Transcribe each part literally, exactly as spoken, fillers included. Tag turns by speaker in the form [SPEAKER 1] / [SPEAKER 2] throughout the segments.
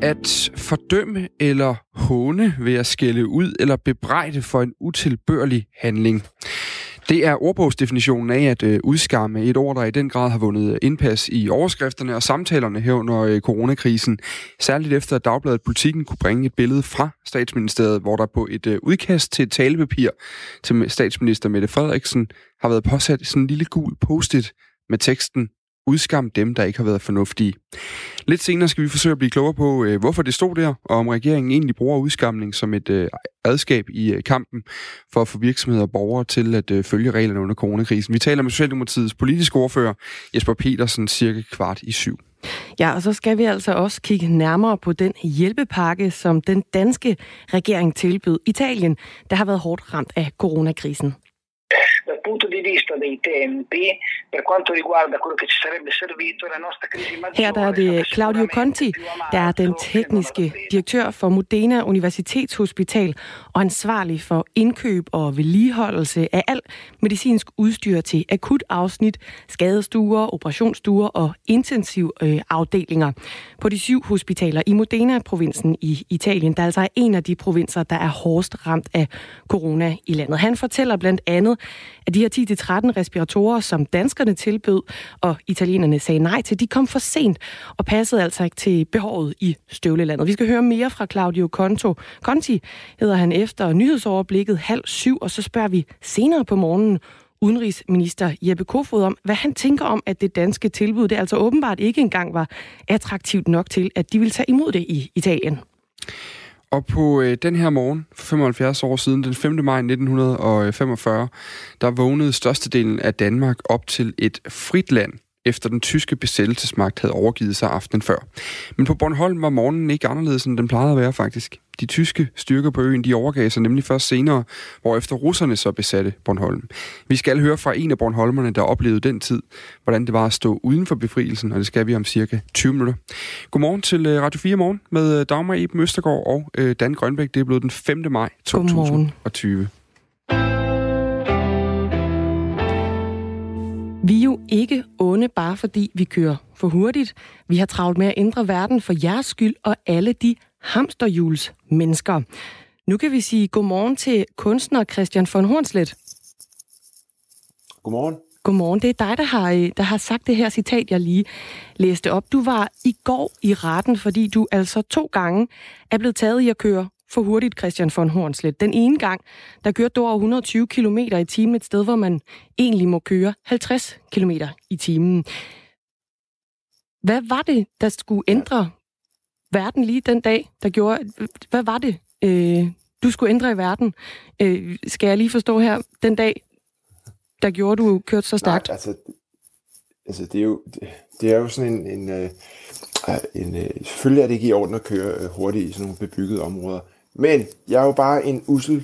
[SPEAKER 1] At fordømme eller håne ved at skælde ud eller bebrejde for en utilbørlig handling. Det er ordbogsdefinitionen af at øh, udskamme, et ord, der i den grad har vundet indpas i overskrifterne og samtalerne her under øh, coronakrisen. Særligt efter at Dagbladet Politikken kunne bringe et billede fra Statsministeriet, hvor der på et øh, udkast til et talepapir til statsminister Mette Frederiksen har været påsat sådan en lille gul post-it med teksten: udskam dem, der ikke har været fornuftige. Lidt senere skal vi forsøge at blive klogere på, øh, hvorfor det stod der, og om regeringen egentlig bruger udskamning som et øh, redskab i øh, kampen for at få virksomheder og borgere til at øh, følge reglerne under coronakrisen. Vi taler med Socialdemokratiets politiske ordfører, Jesper Petersen, cirka kvart i syv.
[SPEAKER 2] Ja, og så skal vi altså også kigge nærmere på den hjælpepakke, som den danske regering tilbød Italien, der har været hårdt ramt af coronakrisen.
[SPEAKER 3] Dal punto di vista dei tempi, per quanto riguarda quello che ci sarebbe servito, la nostra crisi maggiore.
[SPEAKER 2] Her der er det Claudio Conti, der er den tekniske direktør for Modena Universitetshospital og ansvarlig for indkøb og vedligeholdelse af al medicinsk udstyr til akutafsnit, skadestuer, operationsstuer og intensivafdelinger på de syv hospitaler i Modena-provinsen i Italien, der altså er en af de provinser, der er hårdest ramt af corona i landet. Han fortæller blandt andet, at de her ti til tretten respiratorer, som danskerne tilbød, og italienerne sagde nej til, de kom for sent og passede altså ikke til behovet i støvlelandet. Vi skal høre mere fra Claudio Conto. Conti hedder han efter nyhedsoverblikket halv syv, og så spørger vi senere på morgenen udenrigsminister Jeppe Kofod om, hvad han tænker om, at det danske tilbud, det altså åbenbart ikke engang var attraktivt nok til, at de ville tage imod det i Italien.
[SPEAKER 1] Og på øh, den her morgen for femoghalvfjerds år siden, den femte maj nitten femogfyrre, der vågnede størstedelen af Danmark op til et frit land, efter den tyske besættelsesmagt havde overgivet sig aftenen før. Men på Bornholm var morgenen ikke anderledes, end den plejede at være faktisk. De tyske styrker på øen, de overgav sig nemlig først senere, hvorefter russerne så besatte Bornholm. Vi skal høre fra en af bornholmerne, der oplevede den tid, hvordan det var at stå uden for befrielsen, og det skal vi om cirka tyve minutter. Godmorgen til Radio fire Morgen med Dagmar Eben Østergaard og Dan Grønbæk. Det er blevet den femte maj to tusind og tyve.
[SPEAKER 2] Vi er jo ikke onde, bare fordi vi kører for hurtigt. Vi har travlt med at ændre verden for jeres skyld og alle de hamsterhjuls mennesker. Nu kan vi sige godmorgen til kunstner Christian von Hornslet.
[SPEAKER 4] Godmorgen.
[SPEAKER 2] Godmorgen. Det er dig, der har, der har sagt det her citat, jeg lige læste op. Du var i går i retten, fordi du altså to gange er blevet taget i at køre for hurtigt, Christian von Hornslet. Den ene gang, der kørte du over et hundrede og tyve kilometer i timen, et sted, hvor man egentlig må køre halvtreds kilometer i timen. Hvad var det, der skulle ændre verden lige den dag, der gjorde... Hvad var det, øh, du skulle ændre i verden? Øh, skal jeg lige forstå her, den dag, der gjorde du kørt så stærkt?
[SPEAKER 4] Nej, altså, altså det, er jo, det, det er jo sådan en... en, øh, en øh, selvfølgelig er det ikke i orden at køre øh, hurtigt i sådan nogle bebyggede områder. Men jeg er jo bare en ussel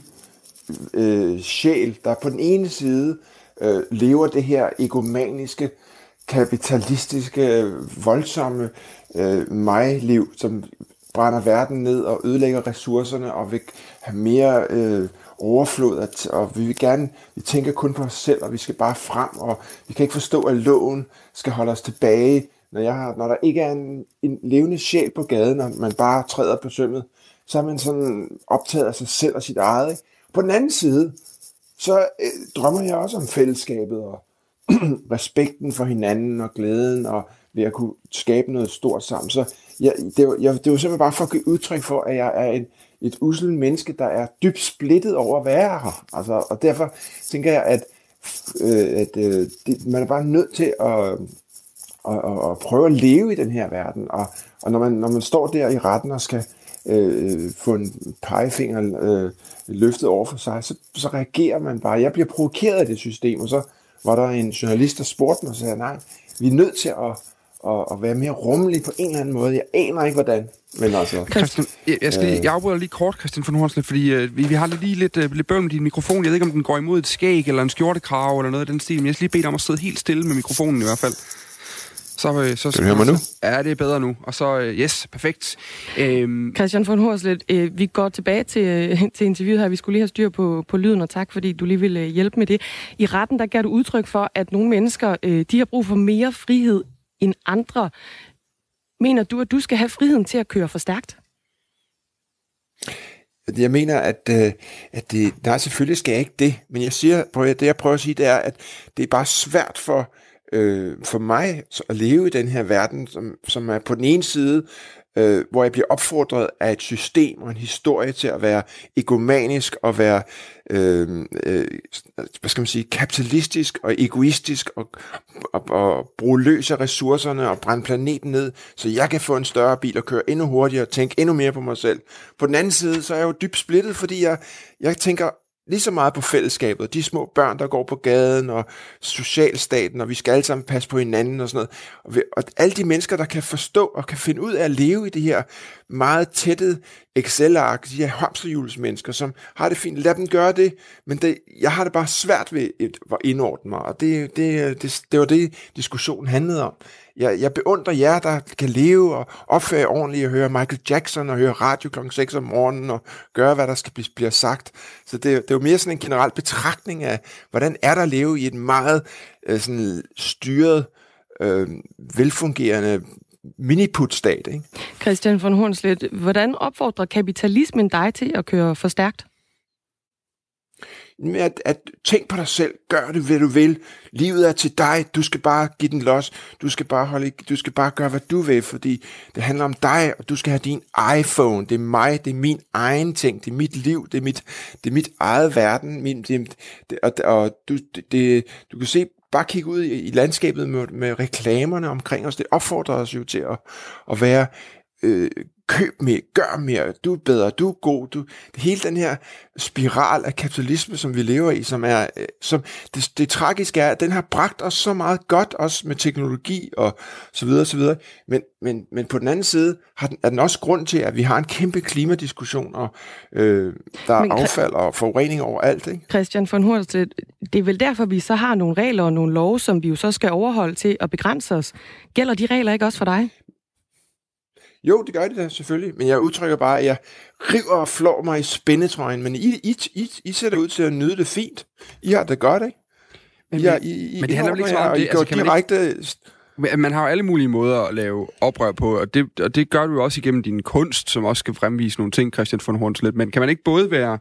[SPEAKER 4] øh, sjæl, der på den ene side øh, lever det her egomaniske, kapitalistiske, voldsomme øh, mig-liv, som brænder verden ned og ødelægger ressourcerne og vil have mere øh, overflod, at, og vi vil gerne, vi tænker kun på os selv, og vi skal bare frem, og vi kan ikke forstå, at loven skal holde os tilbage, når, jeg har, når der ikke er en, en levende sjæl på gaden, og man bare træder på sømmet, så er man sådan optaget af sig selv og sit eget. Ikke? På den anden side, så øh, drømmer jeg også om fællesskabet og respekten for hinanden og glæden og ved at kunne skabe noget stort sammen. Så jeg, det, var, jeg, det var simpelthen bare for at give udtryk for, at jeg er en, et usselt menneske, der er dybt splittet over at være her. Altså, og derfor tænker jeg, at, øh, at øh, det, man er bare nødt til at, at, at, at prøve at leve i den her verden. Og, og når, man, når man står der i retten og skal øh, få en pegefinger øh, løftet over for sig, så, så reagerer man bare. Jeg bliver provokeret af det system, og så var der en journalist, der spurgte mig og sagde, nej, vi er nødt til at, at, at være mere rummelige på en eller anden måde. Jeg aner ikke, hvordan. Men altså,
[SPEAKER 1] Christian, jeg, jeg, skal lige, jeg afbryder lige kort, Christian von Hornslet, fordi øh, vi, vi har lige lidt, øh, lidt bøvl med din mikrofon. Jeg ved ikke, om den går imod et skæg eller en skjortekrave eller noget af den stil, men jeg skal lige bede dig om at sidde helt stille med mikrofonen i hvert fald. Så, øh, så,
[SPEAKER 4] kan du høre mig nu?
[SPEAKER 1] Ja, det er bedre nu. Og så, øh, yes, perfekt. Øhm.
[SPEAKER 2] Christian von Hornslet, øh, vi går tilbage til, øh, til interviewet her. Vi skulle lige have styr på, på lyden, og tak, fordi du lige ville øh, hjælpe med det. I retten, der gav du udtryk for, at nogle mennesker, øh, de har brug for mere frihed end andre. mener du, at du skal have friheden til at køre for stærkt?
[SPEAKER 4] Jeg mener, at, øh, at det, nej, selvfølgelig skal jeg ikke det, men jeg siger, det jeg prøver at sige, det er, at det er bare svært for, øh, for mig at leve i den her verden, som, som er på den ene side, øh, hvor jeg bliver opfordret af et system og en historie til at være egomanisk og være, øh, øh, hvad skal man sige, kapitalistisk og egoistisk og, og, og bruge løs af ressourcerne og brænde planeten ned, så jeg kan få en større bil og køre endnu hurtigere og tænke endnu mere på mig selv. På den anden side, så er jeg jo dybt splittet, fordi jeg, jeg tænker lige så meget på fællesskabet, de små børn, der går på gaden, og socialstaten, og vi skal alle sammen passe på hinanden og sådan noget. Og, vi, og alle de mennesker, der kan forstå og kan finde ud af at leve i det her meget tættede Excel-ark, de her hamsterhjulsmennesker, som har det fint. Lad dem gøre det, men det, jeg har det bare svært ved at indordne mig, og det, det, det, det var det, diskussionen handlede om. Jeg, jeg beundrer jer, der kan leve og opføre jer ordentligt og høre Michael Jackson og høre radio klokken seks om morgenen og gøre, hvad der skal blive, blive sagt. Så det, det er jo mere sådan en generel betragtning af, hvordan er der at leve i et meget øh, sådan styret, øh, velfungerende miniputstat, ikke?
[SPEAKER 2] Christian von Hornslet, hvordan opfordrer kapitalismen dig til at køre for stærkt?
[SPEAKER 4] Med at, at tænk på dig selv, gør det, hvad du vil. Livet er til dig, du skal bare give den los. Du skal bare holde, du skal bare gøre, hvad du vil, fordi det handler om dig, og du skal have din iPhone. Det er mig, det er min egen ting, det er mit liv, det er mit, det er mit eget verden. Min, det, det, og og du, det, du kan se, bare kigge ud i, i landskabet med, med reklamerne omkring os. Det opfordrer os jo til at, at være øh, køb mere, gør mere, du er bedre, du er god. Du, det hele den her spiral af kapitalisme, som vi lever i, som er, som det, det tragiske er, at den har bragt os så meget godt, også med teknologi og så videre, så videre. Men, men, men på den anden side har den, er den også grund til, at vi har en kæmpe klimadiskussion, og øh, der er men, affald og forurening overalt, ikke?
[SPEAKER 2] Christian von Hornslet, det er vel derfor, vi så har nogle regler og nogle love, som vi jo så skal overholde til at begrænse os. Gælder de regler ikke også for dig?
[SPEAKER 4] Jo, det gør det da selvfølgelig, men jeg udtrykker bare, at jeg river og flår mig i spændetrøjen, men I, I, I, I ser det ud til at nyde det fint. I har det godt, ikke?
[SPEAKER 1] Men,
[SPEAKER 4] I, I, I,
[SPEAKER 1] men det handler vel ikke så meget om det?
[SPEAKER 4] I går altså, direkte...
[SPEAKER 1] Man, man har jo alle mulige måder at lave oprør på, og det, og det gør du jo også igennem din kunst, som også skal fremvise nogle ting, Christian von Hornslet. Men kan man ikke både være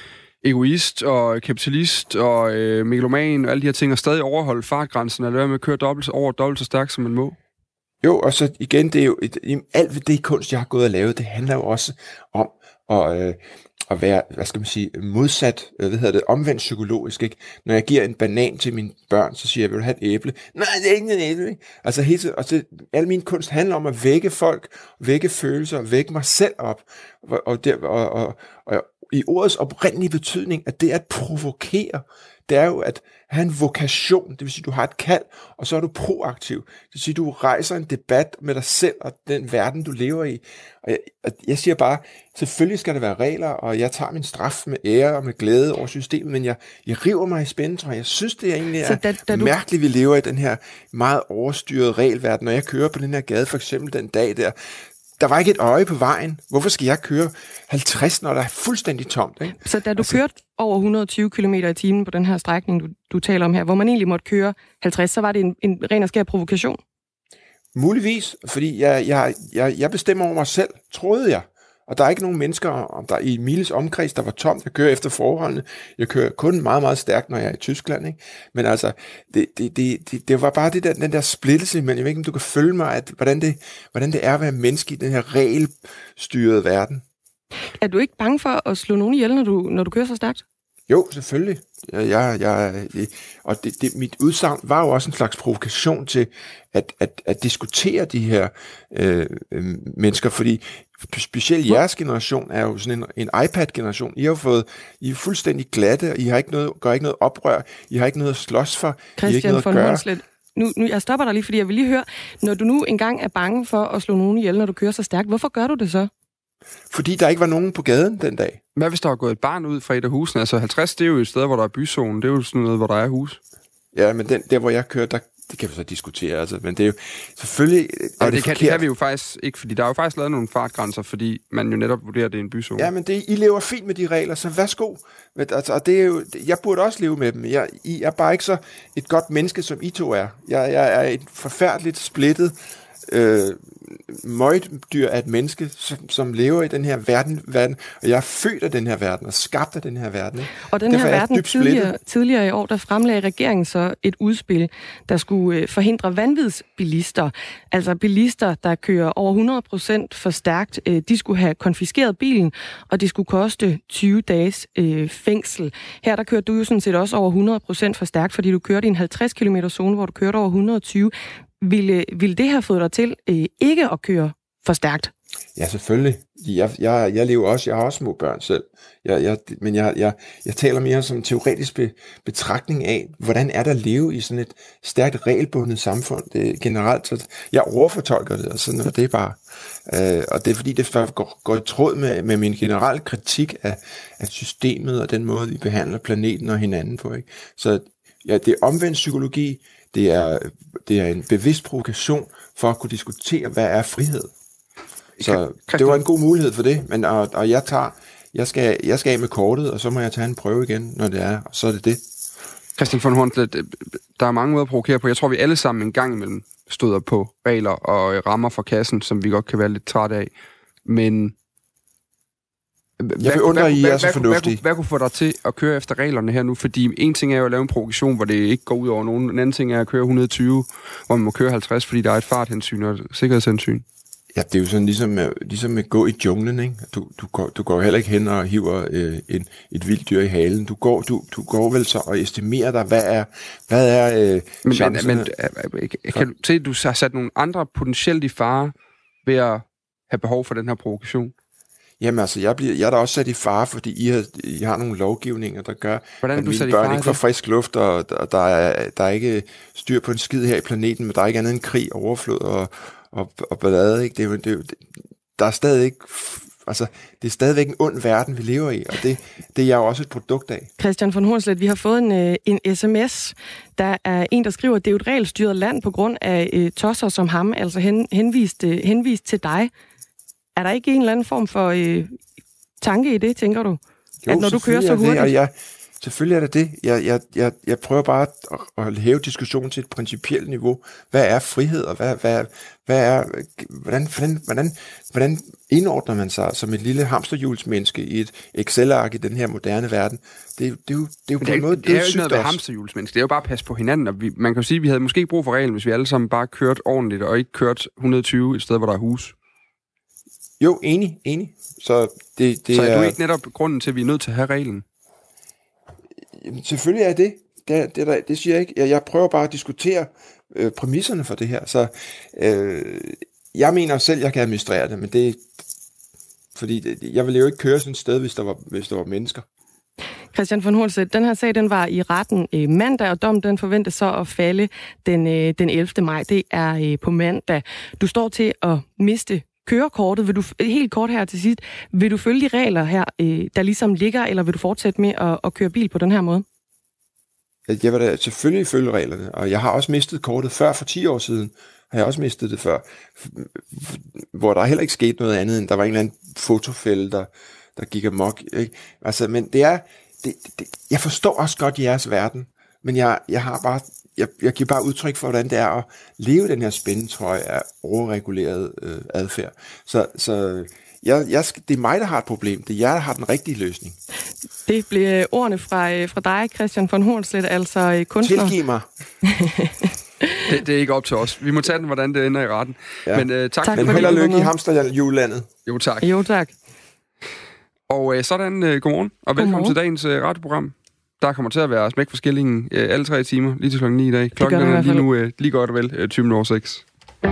[SPEAKER 1] egoist og kapitalist og øh, megaloman og alle de her ting, og stadig overholde fartgrænsen, eller være med at køre dobbelt, over dobbelt så stærkt, som man må?
[SPEAKER 4] Jo, og så igen, det er jo et, alt ved det kunst, jeg har gået og lavet, det handler jo også om at, øh, at være, hvad skal man sige, modsat, hvad hedder det, omvendt psykologisk, ikke? Når jeg giver en banan til mine børn, så siger jeg, vil du have et æble? Nej, det er ikke et æble, ikke? Altså, hele, og det, al min kunst handler om at vække folk, vække følelser, vække mig selv op, og, og, der, og, og, og i ordets oprindelige betydning, at det er at provokere, det er jo at have en vokation, det vil sige, du har et kald, og så er du proaktiv. Det vil sige, du rejser en debat med dig selv og den verden, du lever i. Og jeg, jeg siger bare, selvfølgelig skal der være regler, og jeg tager min straf med ære og med glæde over systemet, men jeg, jeg river mig i spændetrøjen. Jeg synes, det egentlig er da, da du... mærkeligt, vi lever i den her meget overstyrede regelverden. Når jeg kører på den her gade, for eksempel den dag der, der var ikke et øje på vejen. Hvorfor skal jeg køre halvtreds, når der er fuldstændig tomt? Ikke?
[SPEAKER 2] Så da du
[SPEAKER 4] altså,
[SPEAKER 2] kørte over et hundrede og tyve kilometer i timen på den her strækning, du, du taler om her, hvor man egentlig måtte køre halvtreds, så var det en, en ren og skær provokation?
[SPEAKER 4] Muligvis, fordi jeg, jeg, jeg, jeg bestemmer over mig selv, troede jeg. Og der er ikke nogen mennesker om der i Miles omkreds, der var tomt. Jeg kører efter forholdene. Jeg kører kun meget, meget stærkt, når jeg er i Tyskland. Ikke? Men altså, det, det, det, det, det var bare det der, den der splittelse, men jeg ved ikke, om du kan følge mig, at, hvordan, det, hvordan det er at være menneske i den her regelstyrede verden.
[SPEAKER 2] Er du ikke bange for at slå nogen ihjel, når du, når du kører så stærkt?
[SPEAKER 4] Jo, selvfølgelig. Jeg, jeg, jeg, og det, det, mit udsagn var jo også en slags provokation til at, at, at diskutere de her øh, øh, mennesker, fordi specielt jeres generation er jo sådan en, en iPad-generation. I har fået, I er fuldstændig glatte, og I har ikke noget, gør ikke noget oprør, I har ikke noget at slås for,
[SPEAKER 2] Christian
[SPEAKER 4] I har ikke noget
[SPEAKER 2] von
[SPEAKER 4] at gøre.
[SPEAKER 2] Hornslet, nu, nu, jeg stopper dig lige, fordi jeg vil lige høre, når du nu engang er bange for at slå nogen ihjel, når du kører så stærkt, hvorfor gør du det så?
[SPEAKER 4] Fordi der ikke var nogen på gaden den dag.
[SPEAKER 1] Hvad hvis der er gået et barn ud fra et af husene? Altså halvtreds, det er jo et sted, hvor der er byzone. Det er jo sådan noget, hvor der er hus.
[SPEAKER 4] Ja, men den, der, hvor jeg kører, der, det kan vi så diskutere. Altså, men det er jo selvfølgelig... Er
[SPEAKER 1] og det,
[SPEAKER 4] det,
[SPEAKER 1] kan, det kan vi jo faktisk ikke, fordi der er jo faktisk lavet nogle fartgrænser, fordi man jo netop vurderer, at det er en byzone.
[SPEAKER 4] Ja, men det, I lever fint med de regler, så værsgo. Altså, og det er jo, jeg burde også leve med dem. Jeg, I er bare ikke så et godt menneske, som I to er. Jeg, jeg er et forfærdeligt splittet øh, møgdyr af et menneske, som, som lever i den her verden, verden, og jeg er født af den her verden, og skabt af den her verden. Ikke?
[SPEAKER 2] Og den
[SPEAKER 4] Derfor
[SPEAKER 2] her verden, tidligere, tidligere i år, der fremlagde regeringen så et udspil, der skulle øh, forhindre vanvidsbilister, altså bilister, der kører over hundrede procent for stærkt. Øh, de skulle have konfiskeret bilen, og det skulle koste tyve dages øh, fængsel. Her der kørte du jo sådan set også over hundrede procent for stærkt, fordi du kørte i en halvtreds kilometer zone, hvor du kørte over et hundrede og tyve. Ville, ville det have fået dig til øh, ikke at køre for stærkt?
[SPEAKER 4] Ja, selvfølgelig. Jeg, jeg, jeg lever også, jeg har også små børn selv. Jeg, jeg, men jeg, jeg, jeg taler mere som en teoretisk be, betragtning af, hvordan er der at leve i sådan et stærkt regelbundet samfund. Det generelt, så jeg overfortolker det, og sådan og det er bare. Øh, og det er fordi, det går, går i tråd med, med min generelle kritik af, af systemet og den måde, vi behandler planeten og hinanden på. Ikke? Så ja, det er omvendt psykologi. Det er, det er en bevidst provokation for at kunne diskutere, hvad er frihed. Så det var en god mulighed for det, men og, og jeg tager, jeg skal, jeg skal af med kortet, og så må jeg tage en prøve igen, når det er, og så er det det.
[SPEAKER 1] Christian von Horn, der er mange måder at provokere på. Jeg tror, vi alle sammen en gang imellem støder på regler og rammer fra kassen, som vi godt kan være lidt trætte af. Men
[SPEAKER 4] jeg vil undre, I er så fornuftige.
[SPEAKER 1] Hvad, hvad kunne få dig til at køre efter reglerne her nu? Fordi en ting er jo at lave en provokation, hvor det ikke går ud over nogen. En anden ting er at køre et hundrede og tyve, hvor man må køre halvtreds, fordi der er et farthensyn og et sikkerhedshensyn.
[SPEAKER 4] Ja, det er jo sådan ligesom, ligesom at gå i junglen, ikke? Du, du, går, du går heller ikke hen og hiver øh, en, et vildt dyr i halen. Du går, du, du går vel så og estimerer dig, hvad er, hvad er øh,
[SPEAKER 1] men, chancerne? Men, men kan du se, at du har sat nogle andre potentielt i fare ved at have behov for den her provokation?
[SPEAKER 4] Jamen altså, jeg, bliver, jeg er da også sat i fare, fordi I har, I har nogle lovgivninger, der gør,
[SPEAKER 1] hvordan
[SPEAKER 4] at mine børn ikke får frisk luft, og der, der, er, der er ikke styr på en skid her i planeten, men der er ikke andet end krig, overflod og, og, og ballade. Ikke? Det er jo, det er jo, der er stadig ikke, altså, det er stadigvæk en ond verden, vi lever i, og det, det er jeg jo også et produkt af.
[SPEAKER 2] Christian von Hornslet, vi har fået en, en sms. Der er en, der skriver, at det er jo et regelstyret land på grund af uh, tosser som ham, altså hen, henvist, uh, henvist til dig. Er der ikke en eller anden form for øh, tanke i det, tænker du?
[SPEAKER 4] Jo,
[SPEAKER 2] at når du kører så hurtigt?
[SPEAKER 4] Det, jeg, selvfølgelig er det det. Jeg, jeg, jeg, jeg prøver bare at, at hæve diskussionen til et principielt niveau. Hvad er frihed, og hvad, hvad, hvad er, hvordan, hvordan, hvordan, hvordan indordner man sig som et lille hamsterhjulsmenneske i et Excel-ark i den her moderne verden? Det, det, det er jo, det er jo på en måde
[SPEAKER 1] det er jo ikke noget ved hamsterhjulsmenneske. Det er jo bare at passe på hinanden. Og vi, man kan jo sige, at vi havde måske brug for reglen, hvis vi alle sammen bare kørt ordentligt, og ikke kørt et hundrede og tyve et sted, hvor der er hus.
[SPEAKER 4] Jo, enig, enig. Så, det, det
[SPEAKER 1] så er, er du
[SPEAKER 4] er
[SPEAKER 1] ikke netop grunden til, at vi er nødt til at have reglen?
[SPEAKER 4] Jamen, selvfølgelig er det. Det, det, det, det siger jeg ikke. Jeg, jeg prøver bare at diskutere øh, præmisserne for det her. Så øh, jeg mener selv, at jeg kan administrere det, men det fordi det, jeg ville jo ikke køre sådan et sted, hvis der var, hvis der var mennesker.
[SPEAKER 2] Christian von Hornslet, den her sag, den var i retten øh, mandag, og dommen den forventes så at falde den, øh, den ellevte maj. Det er øh, på mandag. Du står til at miste kørekortet. Vil du, helt kort her til sidst, vil du følge de regler her, øh, der ligesom ligger, eller vil du fortsætte med at, at køre bil på den her måde?
[SPEAKER 4] Jeg vil da selvfølgelig følge reglerne, og jeg har også mistet kortet før, for ti år siden har jeg også mistet det før, hvor der heller ikke skete noget andet, end der var en eller anden fotofælde, der, der gik amok. Ikke? Altså, men det er, det, det, jeg forstår også godt jeres verden, men jeg, jeg har bare Jeg, jeg giver bare udtryk for, hvordan det er at leve den her spændetrøje af overreguleret øh, adfærd. Så, så jeg, jeg, det er mig, der har et problem. Det er jeg, der har den rigtige løsning.
[SPEAKER 2] Det blev ordene fra, fra dig, Christian von Hornslet, altså kunstner.
[SPEAKER 4] Tilgiv mig.
[SPEAKER 1] det, det er ikke op til os. Vi må tage den, hvordan det ender i retten. Ja. Men uh, tak, tak
[SPEAKER 4] Men held og lykke i hamsterhjulandet.
[SPEAKER 1] Jo, tak.
[SPEAKER 2] Jo, tak.
[SPEAKER 1] Og uh, sådan, uh, godmorgen, og velkommen godmorgen. til dagens uh, radioprogram. Der kommer til at være smæk for skillingen øh, alle tre timer, lige til klokken ni i dag. Klokken er lige nu øh, lige godt og vel øh, tyve minutter over seks.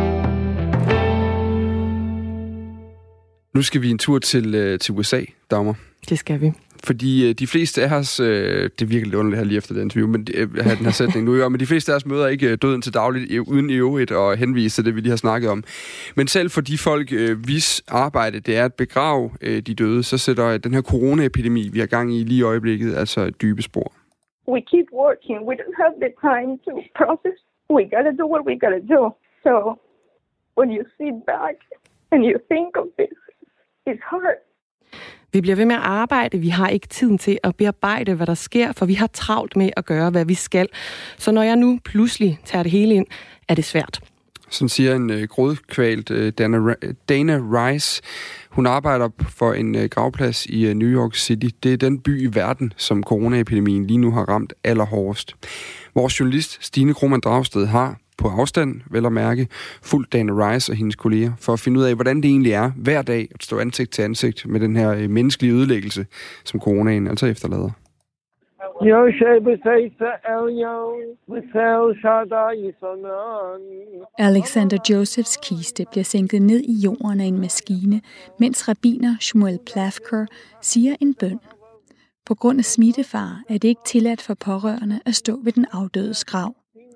[SPEAKER 1] Nu skal vi en tur til, øh, til U S A, Dagmar.
[SPEAKER 2] Det skal vi.
[SPEAKER 1] Fordi øh, de fleste af os, øh, det er virkelig underligt her lige efter den interview, men øh, have den her sætning nu, men de fleste af os møder ikke døden til dagligt, øh, uden i øvrigt at henvise til det, vi lige har snakket om. Men selv for de folk, øh, hvis arbejde det er at begrave øh, de døde, så sætter den her coronaepidemi, vi har gang i lige i øjeblikket, altså dybe spor.
[SPEAKER 5] We keep working. We don't have the time to process. We gotta do what we gotta do. So when you sit back and you think of this, it's hard.
[SPEAKER 2] Vi bliver ved med at arbejde. Vi har ikke tiden til at bearbejde, hvad der sker, for vi har travlt med at gøre, hvad vi skal. Så når jeg nu pludselig tager det hele ind, er det svært.
[SPEAKER 1] Sådan siger en øh, grådkvalt øh, Dana, Dana Rice. Hun arbejder for en øh, gravplads i øh, New York City. Det er den by i verden, som coronaepidemien lige nu har ramt allerhårdest. Vores journalist Stine Krohmann Dragsted har på afstand, vel at mærke, fulgt Dana Rice og hendes kolleger, for at finde ud af, hvordan det egentlig er hver dag at stå ansigt til ansigt med den her øh, menneskelige ødelæggelse, som coronaen altså efterlader.
[SPEAKER 6] Alexander Josephs kiste bliver sænket ned i jorden af en maskine, mens rabbiner Shmuel Plafker siger en bøn. På grund af smittefare er det ikke tilladt for pårørende at stå ved den afdødes grav.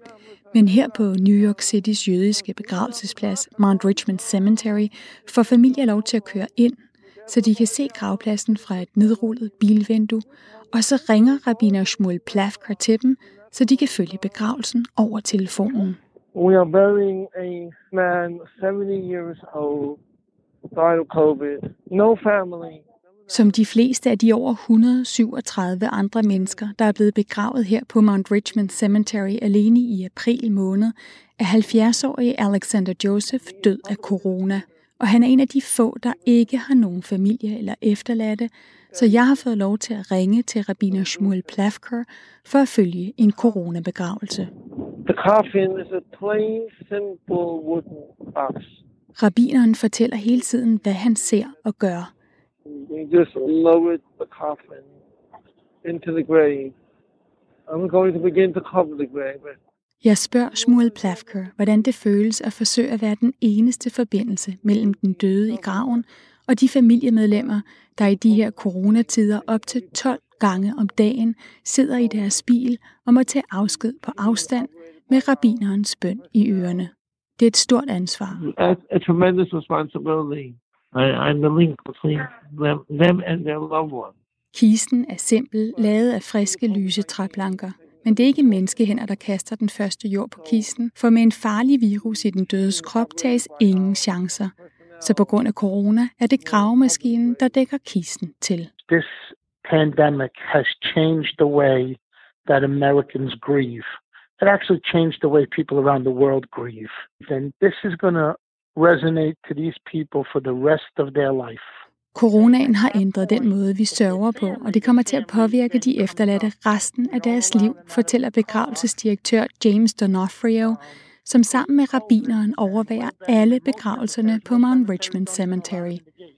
[SPEAKER 6] Men her på New York Citys jødiske begravelsesplads, Mount Richmond Cemetery, får familier lov til at køre ind, så de kan se gravpladsen fra et nedrullet bilvindue, og så ringer rabbiner Shmuel Plafker til dem, så de kan følge begravelsen over telefonen.
[SPEAKER 7] We are burying a man seventy years old, died of COVID, no family.
[SPEAKER 6] Som de fleste af de over et hundrede og syvogtredive andre mennesker, der er blevet begravet her på Mount Richmond Cemetery alene i april måned, er halvfjerds-årige Alexander Joseph død af corona. Og han er en af de få, der ikke har nogen familie eller efterladte, så jeg har fået lov til at ringe til rabbiner Shmuel Plafker for at følge en coronabegravelse.
[SPEAKER 7] The coffin is a plain, simple wooden box.
[SPEAKER 6] Rabbineren fortæller hele tiden, hvad han ser og gør.
[SPEAKER 7] We just lowered the coffin into the grave. I'm going to begin to cover the grave.
[SPEAKER 6] Jeg spørger Shmuel Plafker, hvordan det føles at forsøge at være den eneste forbindelse mellem den døde i graven og de familiemedlemmer, der i de her coronatider op til tolv gange om dagen sidder i deres bil og må tage afsked på afstand med rabbinerens bøn i ørerne. Det er et stort ansvar.
[SPEAKER 7] A tremendous responsibility. I'm the link between them, them and their loved one.
[SPEAKER 6] Kisten er simpel, lavet af friske, lyse træplanker. Men det er ikke menneskehænder, der kaster den første jord på kisten, for med en farlig virus i den dødes krop tages ingen chancer. Så på grund af corona er det gravemaskinen, der dækker kisten til.
[SPEAKER 8] This pandemic has changed the way that Americans grieve. It actually changed the way people around the world grieve. And this is going to resonate to these people for the rest of their life.
[SPEAKER 6] Coronaen har ændret den måde, vi sørger på, og det kommer til at påvirke de efterladte resten af deres liv, fortæller begravelsesdirektør James D'Onofrio, som sammen med rabbineren overværer alle begravelserne på Mount Richmond Cemetery.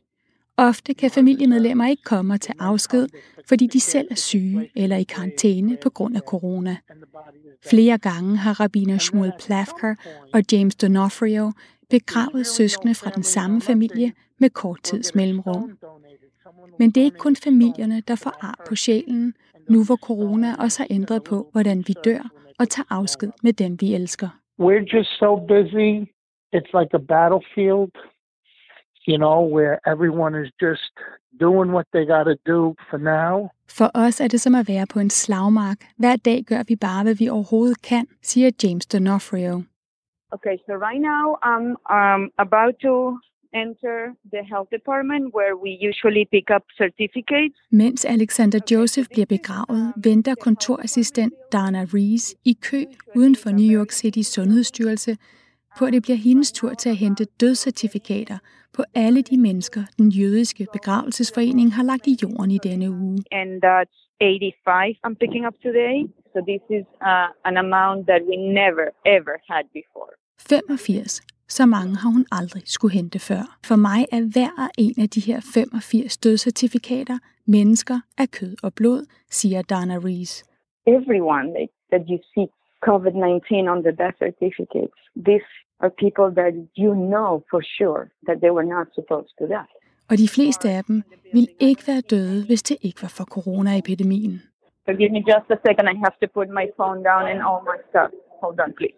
[SPEAKER 6] Ofte kan familiemedlemmer ikke komme og tage afsked, fordi de selv er syge eller i karantæne på grund af corona. Flere gange har rabbiner Shmuel Plafker og James D'Onofrio begravet søskende fra den samme familie med kort tids mellemrum. Men det er ikke kun familierne, der får ar på sjælen, nu hvor corona også har ændret på, hvordan vi dør og tager afsked med dem, vi elsker.
[SPEAKER 8] We're just so busy. It's like a battlefield, you know, where everyone is just doing what they got to do for now.
[SPEAKER 6] For os er det som at være på en slagmark. Hver dag gør vi bare, hvad vi overhovedet kan, siger James D'Onofrio.
[SPEAKER 5] Okay, so right now I'm um, about to enter the health department where we usually pick up certificates.
[SPEAKER 6] Mens Alexander Joseph bliver begravet, venter kontorassistent Dana Reese i kø uden for New York Citys sundhedsstyrelse på, at det bliver hendes tur til at hente dødscertifikater på alle de mennesker, den jødiske begravelsesforening har lagt i jorden i denne uge.
[SPEAKER 5] And that's eighty-five I'm picking up today. So this is uh, an amount that we never ever had before.
[SPEAKER 6] femogfirs. Så mange har hun aldrig skulle hente før. For mig er hver en af de her femogfirs dødscertifikater mennesker af kød og blod, siger Dana Reese.
[SPEAKER 5] Everyone like, that you see COVID nineteen on the death certificates, these are people that you know for sure that they were not supposed to die.
[SPEAKER 6] Og de fleste af dem ville ikke være døde, hvis det ikke var for coronaepidemien.
[SPEAKER 5] So give me just a second, I have to put my phone down and all my stuff. Hold on, please.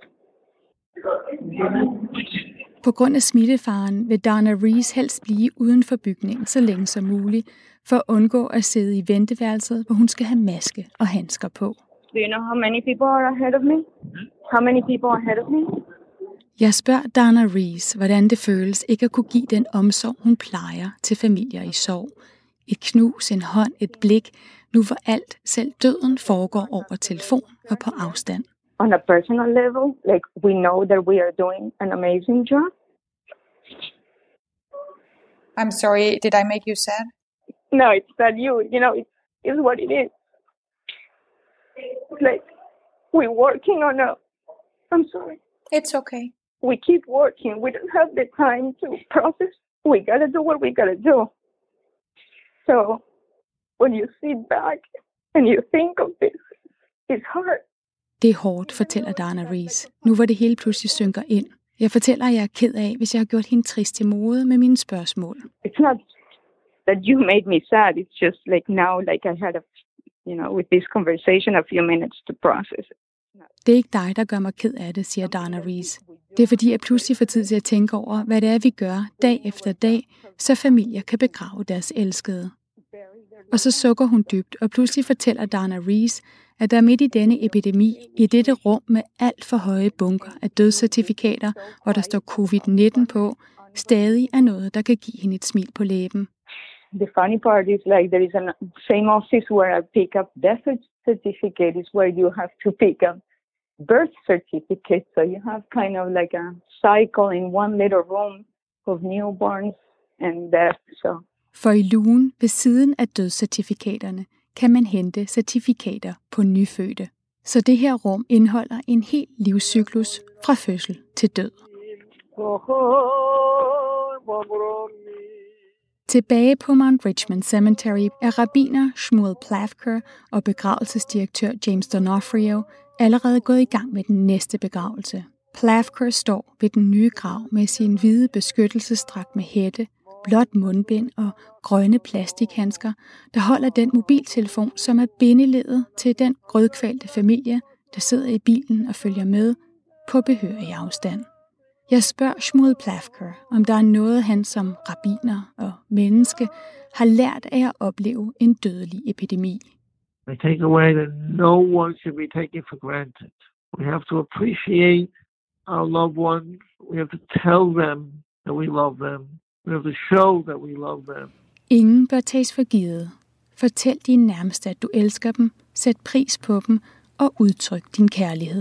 [SPEAKER 6] På grund af smittefaren vil Dana Reese helst blive uden for bygningen så længe som muligt, for at undgå at sidde i venteværelset, hvor hun skal have maske og handsker på.
[SPEAKER 5] Do you know how many people are ahead of me? How many people are ahead of me?
[SPEAKER 6] Jeg spørger Dana Reese, hvordan det føles ikke at kunne give den omsorg, hun plejer til familier i sorg. Et knus, en hånd, et blik, nu hvor alt, selv døden, foregår over telefon og på afstand.
[SPEAKER 5] on a personal level, like we know that we are doing an amazing job.
[SPEAKER 9] I'm sorry, did I make you sad?
[SPEAKER 5] No, it's not you. You know, it is what it is. It's like we're working on a... I'm sorry.
[SPEAKER 9] It's okay.
[SPEAKER 5] We keep working. We don't have the time to process. We gotta do what we gotta do. So when you sit back and you think of this, it's hard.
[SPEAKER 6] Det er hårdt, fortæller Dana Reese. Nu hvor det hele pludselig synker ind. Jeg fortæller, at jeg er ked af, hvis jeg har gjort hende trist til mode med mine spørgsmål.
[SPEAKER 5] It's not that you made me sad. It's just like now, like I had a, you know, with this conversation, a few minutes to process it.
[SPEAKER 6] Det er ikke dig, der gør mig ked af det, siger Dana Reese. Det er fordi, jeg pludselig får tid til at tænke over, hvad det er, vi gør dag efter dag, så familier kan begrave deres elskede. Og så sukker hun dybt, og pludselig fortæller Dana Reese, at der midt i denne epidemi, i dette rum med alt for høje bunker af dødscertifikater, hvor der står covid nitten på, stadig er noget, der kan give hende et smil på læben.
[SPEAKER 5] The funny part is like there is a same office where I pick up death certificate is where you have to pick up birth certificate. So you have kind of like a cycle in one little room of newborns and death. So.
[SPEAKER 6] For i lugen ved siden af dødscertifikaterne kan man hente certifikater på nyfødte. Så det her rum indeholder en hel livscyklus fra fødsel til død. Tilbage på Mount Richmond Cemetery er rabbiner Shmuel Plafker og begravelsesdirektør James Donofrio allerede gået i gang med den næste begravelse. Plafker står ved den nye grav med sin hvide beskyttelsesdragt med hætte, blåt mundbind og grønne plastikhandsker, der holder den mobiltelefon, som er bindeledet til den grødkvalte familie, der sidder i bilen og følger med på behørig afstand. Jeg spørger Shmuel Plafker, om der er noget, han som rabbiner og menneske har lært af at opleve en dødelig epidemi.
[SPEAKER 7] I take away that no one should be taken for granted. We have to appreciate our loved ones. We have to tell them that we love them. We have to show that we love them.
[SPEAKER 6] Ingen bør tages for givet. Fortæl dine nærmeste, at du elsker dem, sæt pris på dem og udtryk din kærlighed.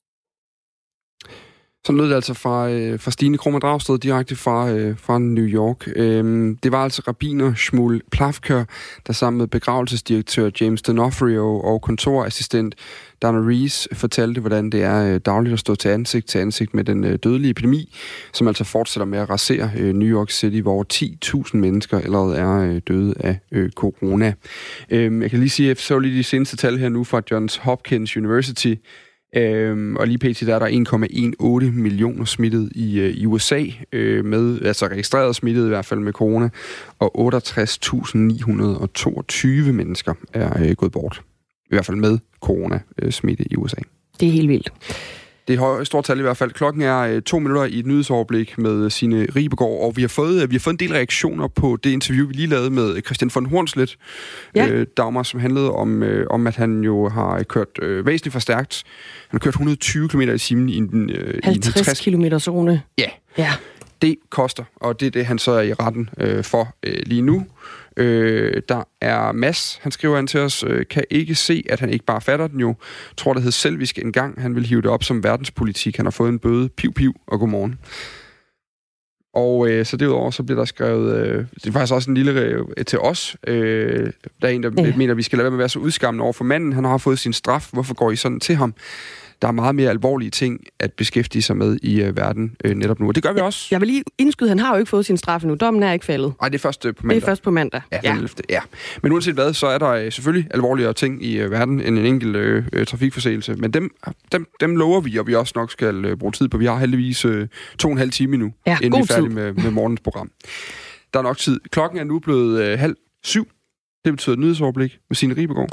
[SPEAKER 1] Så lød det altså fra, øh, fra Stine Krohmann Dragsted, direkte fra, øh, fra New York. Øhm, det var altså rabbiner Shmuel Plafker, der sammen med begravelsesdirektør James Donofrio og kontorassistent Dana Reese fortalte, hvordan det er øh, dagligt at stå til ansigt til ansigt med den øh, dødelige epidemi, som altså fortsætter med at rasere øh, New York City, hvor ti tusind mennesker allerede er øh, døde af øh, corona. Øhm, jeg kan lige sige, at jeg så lige de seneste tal her nu fra Johns Hopkins University. Øhm, og lige pt. Der er der en komma otte millioner smittet i, øh, i U S A, øh, med, altså registreret smittet i hvert fald med corona, og otteogtres tusind ni hundrede og toogtyve mennesker er øh, gået bort. I hvert fald med corona-smitte i U S A.
[SPEAKER 2] Det er helt vildt.
[SPEAKER 1] Det er et stort tal i hvert fald. Klokken er øh, to minutter i et nyhedsoverblik med Signe Ribegaard, og vi har fået øh, vi har fået en del reaktioner på det interview, vi lige lavede med Christian von Hornslet, ja. øh, Dagmar, som handlede om, øh, om, at han jo har kørt øh, væsentligt for stærkt. Han har kørt et hundrede og tyve kilometer i timen i en, øh,
[SPEAKER 2] halvtreds kilometer zone.
[SPEAKER 1] Ja.
[SPEAKER 2] ja.
[SPEAKER 1] Det koster, og det er det, han så er i retten øh, for øh, lige nu. Øh, der er Mads, han skriver an til os, øh, kan ikke se, at han ikke bare fatter den jo. Tror, det hed selvisk en gang. Han vil hive det op som verdenspolitik. Han har fået en bøde. Piv, piv og godmorgen. Og øh, så derudover, så bliver der skrevet, øh, det er faktisk også en lille øh, til os. Øh, der er en, der ja. mener, at vi skal lade være med at være så udskammende over for manden. Han har fået sin straf. Hvorfor går I sådan til ham? Der er meget mere alvorlige ting at beskæftige sig med i uh, verden uh, netop nu. Og det gør vi også.
[SPEAKER 2] Jeg vil lige indskyde, han har jo ikke fået sin straf nu. Dommen er ikke faldet.
[SPEAKER 1] Nej, det er først uh, på mandag.
[SPEAKER 2] Det er først på mandag.
[SPEAKER 1] Ja, ja. ja. Men uanset hvad, så er der uh, selvfølgelig alvorligere ting i uh, verden end en enkelt uh, trafikforseelse. Men dem, dem, dem lover vi, og vi også nok skal uh, bruge tid på. Vi har heldigvis uh, to og en halv time nu,
[SPEAKER 2] ja,
[SPEAKER 1] inden vi er færdige med, med morgens program. Der er nok tid. Klokken er nu blevet uh, halv syv. Det betyder et nyhedsoverblik med Signe Ribegaard.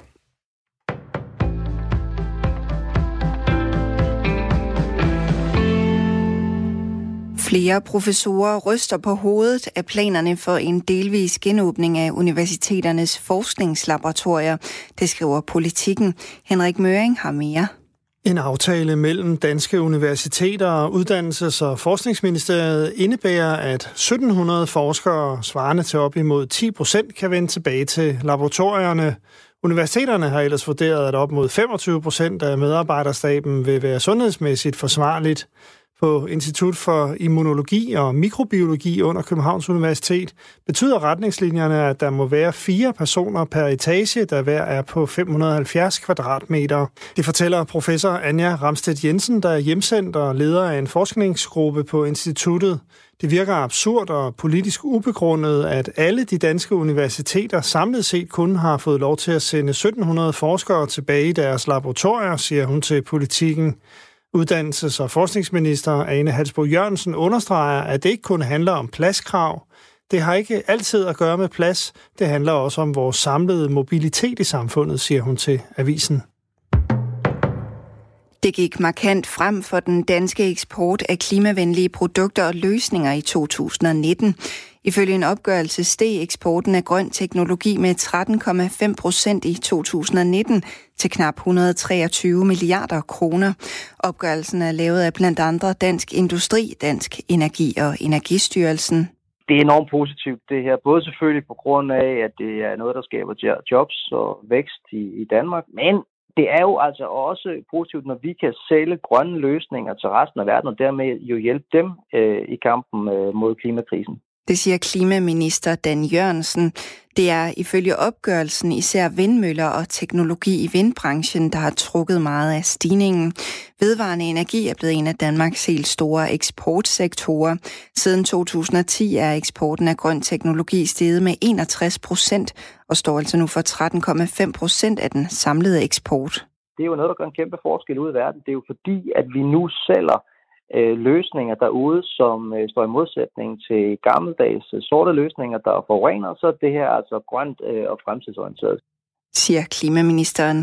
[SPEAKER 10] Flere professorer ryster på hovedet af planerne for en delvis genåbning af universiteternes forskningslaboratorier. Det skriver Politikken. Henrik Møring har mere.
[SPEAKER 11] En aftale mellem danske universiteter og Uddannelses- og Forskningsministeriet indebærer, at sytten hundrede forskere svarende til op imod ti procent kan vende tilbage til laboratorierne. Universiteterne har ellers vurderet, at op mod femogtyve procent af medarbejderstaben vil være sundhedsmæssigt forsvarligt. På Institut for Immunologi og Mikrobiologi under Københavns Universitet betyder retningslinjerne, at der må være fire personer per etage, der hver er på fem hundrede og halvfjerds kvadratmeter. Det fortæller professor Anja Ramstedt Jensen, der er hjemsendt og leder af en forskningsgruppe på instituttet. Det virker absurd og politisk ubegrundet, at alle de danske universiteter samlet set kun har fået lov til at sende sytten hundrede forskere tilbage i deres laboratorier, siger hun til Politikken. Uddannelses- og forskningsminister Ane Halsboe-Jørgensen understreger, at det ikke kun handler om pladskrav. Det har ikke altid at gøre med plads. Det handler også om vores samlede mobilitet i samfundet, siger hun til avisen.
[SPEAKER 10] Det gik markant frem for den danske eksport af klimavenlige produkter og løsninger i to tusind og nitten. Ifølge en opgørelse steg eksporten af grøn teknologi med tretten komma fem procent i to tusind og nitten til knap et hundrede og treogtyve milliarder kroner. Opgørelsen er lavet af blandt andre Dansk Industri, Dansk Energi og Energistyrelsen.
[SPEAKER 12] Det er enormt positivt det her, både selvfølgelig på grund af, at det er noget, der skaber jobs og vækst i, i Danmark, men det er jo altså også positivt, når vi kan sælge grønne løsninger til resten af verden, og dermed jo hjælpe dem øh, i kampen øh, mod klimakrisen.
[SPEAKER 10] Det siger klimaminister Dan Jørgensen. Det er ifølge opgørelsen især vindmøller og teknologi i vindbranchen, der har trukket meget af stigningen. Vedvarende energi er blevet en af Danmarks helt store eksportsektorer. Siden to tusind og ti er eksporten af grøn teknologi steget med enogtres procent og står altså nu for tretten komma fem procent af den samlede eksport.
[SPEAKER 12] Det er jo noget, der gør en kæmpe forskel ud i verden. Det er jo fordi, at vi nu sælger løsninger derude, som øh, står i modsætning til gammeldags øh, sorte løsninger, der forurener, så det her er altså grønt øh, og fremtidsorienteret.
[SPEAKER 10] Siger klimaministeren.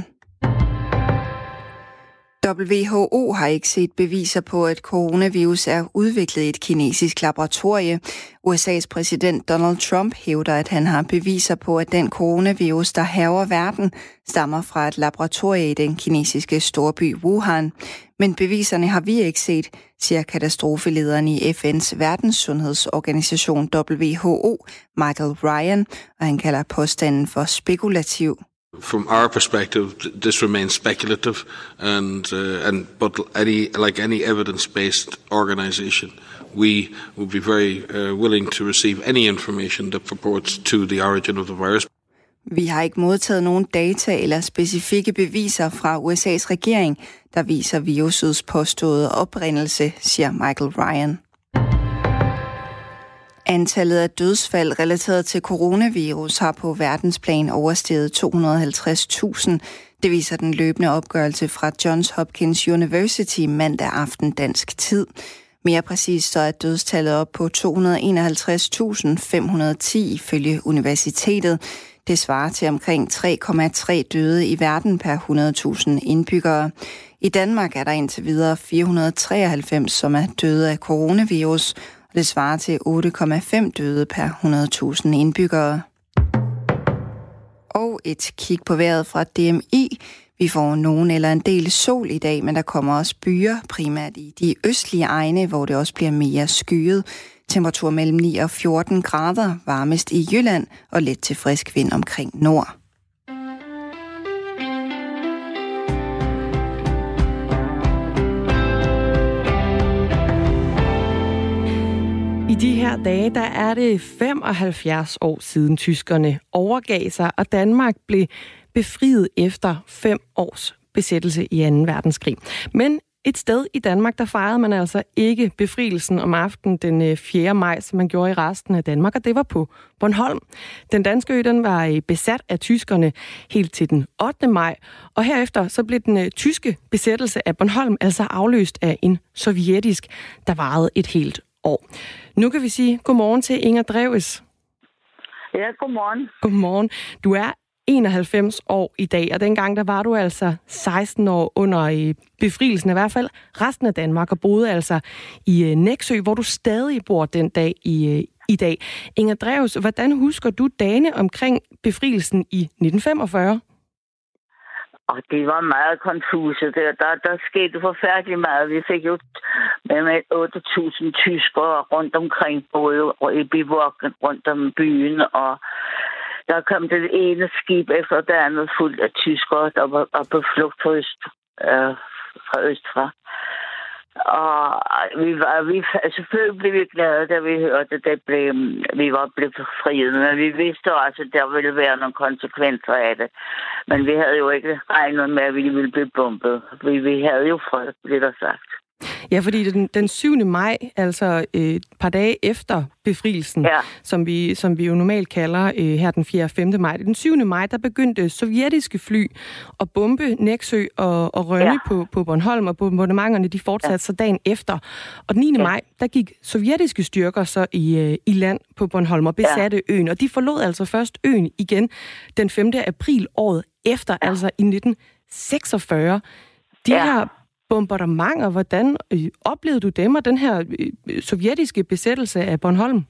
[SPEAKER 10] W H O har ikke set beviser på, at coronavirus er udviklet i et kinesisk laboratorie. U S A's præsident Donald Trump hævder, at han har beviser på, at den coronavirus, der hærger verden, stammer fra et laboratorie i den kinesiske storby Wuhan. Men beviserne har vi ikke set, siger katastrofelederen i F N's verdenssundhedsorganisation W H O, Michael Ryan, og han kalder påstanden for spekulativ.
[SPEAKER 13] From our perspective, this remains speculative, and uh, and but any like any evidence-based organization, we would be very uh, willing to receive any information that purports to the origin of the virus.
[SPEAKER 10] Vi har ikke modtaget nogen data eller specifikke beviser fra U S A's regering, der viser virusets påståede oprindelse, siger Michael Ryan. Antallet af dødsfald relateret til coronavirus har på verdensplan oversteget to hundrede og halvtreds tusind. Det viser den løbende opgørelse fra Johns Hopkins University mandag aften dansk tid. Mere præcist så er dødstallet op på to hundrede og enoghalvtreds tusind fem hundrede og ti ifølge universitetet. Det svarer til omkring tre komma tre døde i verden per hundrede tusind indbyggere. I Danmark er der indtil videre fire hundrede og treoghalvfems, som er døde af coronavirus. Det svarer til otte komma fem døde per hundrede tusind indbyggere. Og et kig på vejret fra D M I. Vi får nogen eller en del sol i dag, men der kommer også byer, primært i de østlige egne, hvor det også bliver mere skyet. Temperatur mellem ni og fjorten grader, varmest i Jylland og let til frisk vind omkring nord.
[SPEAKER 2] I de her dage, der er det femoghalvfjerds år siden tyskerne overgav sig, og Danmark blev befriet efter fem års besættelse i anden verdenskrig. Men et sted i Danmark, der fejrede man altså ikke befrielsen om aftenen den fjerde maj, som man gjorde i resten af Danmark, og det var på Bornholm. Den danske ø, den var besat af tyskerne helt til den ottende maj, og herefter så blev den tyske besættelse af Bornholm altså afløst af en sovjetisk, der varede et helt år. Nu kan vi sige godmorgen til Inger Dreves.
[SPEAKER 14] Ja, godmorgen.
[SPEAKER 2] Godmorgen. Du er enoghalvfems år i dag, og dengang der var du altså seksten år under befrielsen, i hvert fald resten af Danmark, og boede altså i Nexø, hvor du stadig bor den dag i, i dag. Inger Dreves, hvordan husker du dagene omkring befrielsen i nitten femogfyrre?
[SPEAKER 14] Og det var meget konfuse. Der, der, der skete forfærdeligt meget. Vi fik jo med otte tusind tyskere rundt omkring, både i bivouakken rundt om byen, og der kom det ene skib efter det andet fuldt af tyskere, der var, var på flugt fra øst, øh, fra østfra. Og vi var, vi, selvfølgelig blev vi glade, da vi hørte, at det blev, vi var blevet befriet. Men vi vidste også, at der ville være nogle konsekvenser af det. Men vi havde jo ikke regnet med, at vi ville blive bombet. Vi, vi havde jo fred, blev der sagt.
[SPEAKER 2] Ja, fordi den, den syvende maj, altså et par dage efter befrielsen, ja. som, vi, som vi jo normalt kalder øh, her den fjerde og femte maj. Den syvende maj, der begyndte sovjetiske fly at bombe Nexø og, og Rønne ja. på, på Bornholm, og bombardementerne de fortsatte ja. så dagen efter. Og den niende ja. maj, der gik sovjetiske styrker så i, øh, i land på Bornholm og besatte ja. øen. Og de forlod altså først øen igen den femte april året efter, ja. altså i nitten seksogfyrre. De ja. her bombardementer, hvordan øh, oplevede du dem og den her øh, sovjetiske besættelse af Bornholm?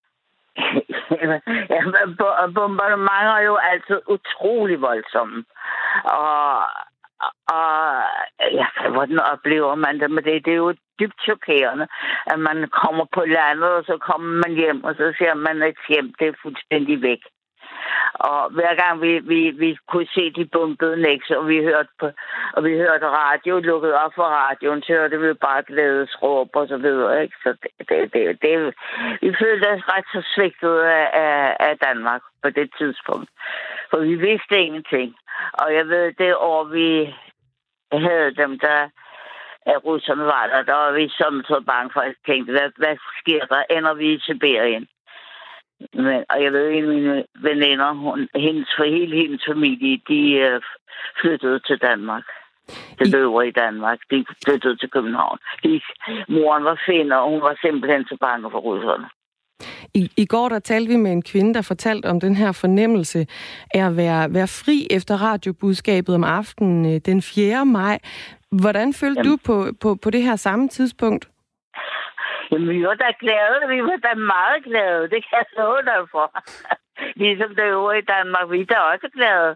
[SPEAKER 14] Ja, bombardementer er jo altid utrolig voldsomme. Og, og ja, hvordan oplever man det med det? Det er jo dybt chokerende, at man kommer på landet, og så kommer man hjem, og så ser man et hjem, det er fuldstændig væk. Og hver gang vi, vi, vi kunne se de bombede Nexø, og vi hørte på, og vi hørte radio, lukket op for radioen, så hørte vi bare glædesråb og så videre, ikke? Så det, det, det, det, vi følte os ret så svigtet af, af, af Danmark på det tidspunkt. For vi vidste ingenting. Og jeg ved, det år vi havde dem, der at russerne var der, der var vi samtidig bange for, at jeg tænkte, hvad, hvad sker der? Ender vi i Sibirien? Men, og jeg ved, at mine veninder, hun, hendes, for hele hendes familie, de øh, flyttede til Danmark. Til det øvrige Danmark. De flyttede til København. De, moren var finder, og hun var simpelthen så bange for russerne.
[SPEAKER 2] I, I går der talte vi med en kvinde, der fortalte om den her fornemmelse af at være, være fri efter radiobudskabet om aftenen den fjerde maj. Hvordan følte Jamen. du på, på, på det her samme tidspunkt?
[SPEAKER 14] Jamen, vi var da glade. Vi var da meget glade. Det kan jeg love dig for. Ligesom det øvrige Danmark. Vi er da også glade.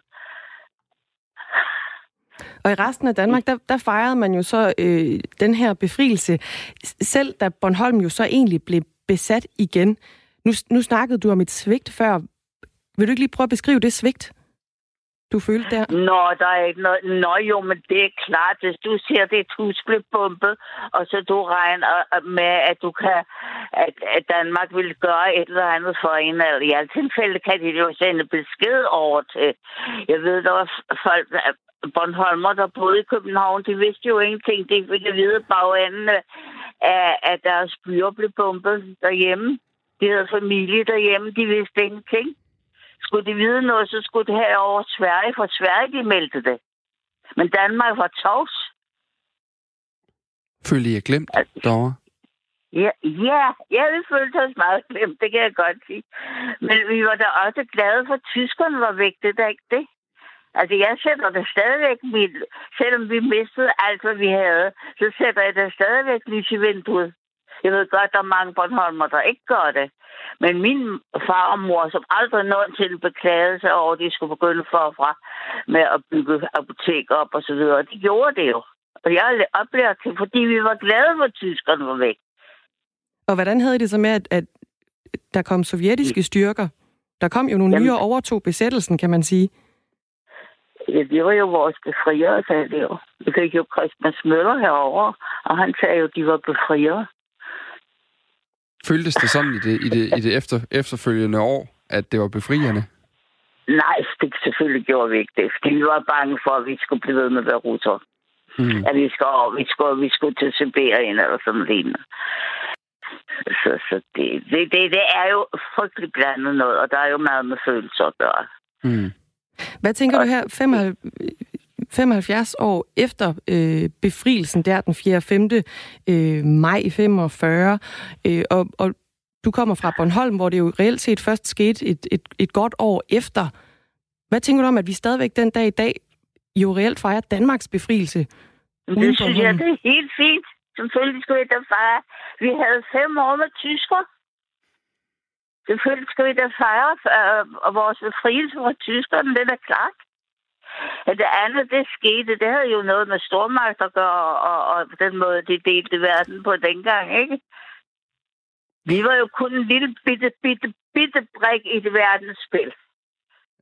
[SPEAKER 2] Og i resten af Danmark, der, der fejrede man jo så øh, den her befrielse. Selv da Bornholm jo så egentlig blev besat igen. Nu, nu snakkede du om et svigt før. Vil du ikke lige prøve at beskrive det svigt, du følte der?
[SPEAKER 14] Nå, der er ikke noget. Nå jo, men det er klart, hvis du ser det et hus blive bombet, og så du regner med, at du kan, at, at Danmark vil gøre et eller andet for en, eller i alle tilfælde kan de jo sende besked over til. Jeg ved, der var folk, Bornholmer, der boede i København, de vidste jo ingenting. De ville vide bagenden af, at deres byer blev bombet derhjemme. De havde familie derhjemme, de vidste ingenting. Skulle de vide noget, så skulle det have over Sverige, for Sverige de meldte det. Men Danmark var tavs.
[SPEAKER 1] Følte I jer glemt derovre?
[SPEAKER 14] Ja, ja, ja, vi følte os meget glemt, det kan jeg godt sige. Men vi var da også glade for, at tyskerne var væk, det er da ikke det. Altså, jeg sætter det stadigvæk, mit, selvom vi mistede alt, hvad vi havde, så sætter jeg det stadigvæk lys i vinduet. Jeg ved godt, der er mange Bornholmer, der ikke gør det. Men min far og mor, som aldrig nogensinde beklagede sig over, at de skulle begynde forfra med at bygge apoteker op og så videre, de gjorde det jo. Og jeg oplevede det, fordi vi var glade for, at tyskerne var væk.
[SPEAKER 2] Og hvordan havde I det så med, at, at der kom sovjetiske styrker? Der kom jo nogle Jamen, nye og overtog besættelsen, kan man sige.
[SPEAKER 14] Ja, det var jo vores befriere, sagde det jo. Vi fik jo Christmas Møller herovre, og han sagde jo, at de var befriere.
[SPEAKER 1] Føltes det sådan i det, i det, i det efter, efterfølgende år, at det var befrierne?
[SPEAKER 14] Nej, det selvfølgelig gjorde vi ikke det, fordi vi var bange for, at vi skulle blive ved med at være russer. Mm. At vi skulle, vi, skulle, vi skulle til Sibirien eller sådan lignende. Så, så det, det, det, det er jo frygteligt blandet noget, og der er jo meget med følelser at gøre.
[SPEAKER 2] Mm. Hvad tænker og, du her femoghalvfjerds år efter øh, befrielsen der den fjerde og femte Øh, maj i femogfyrre, øh, og, og du kommer fra Bornholm, hvor det jo reelt set først skete et, et, et godt år efter. Hvad tænker du om, at vi stadigvæk den dag i dag jo reelt fejrer Danmarks befrielse?
[SPEAKER 14] Det synes jeg, det er helt fint. Selvfølgelig skulle vi da fejre. Vi havde fem år med tysker. Selvfølgelig skal vi da fejre øh, vores befrielse fra tyskerne, det er da klart. Det andet, det skete, det havde jo noget med stormagt at gøre, og, og den måde, de delte verden på dengang, ikke? Vi var jo kun en lille bitte, bitte, bitte brik i det verdensspil.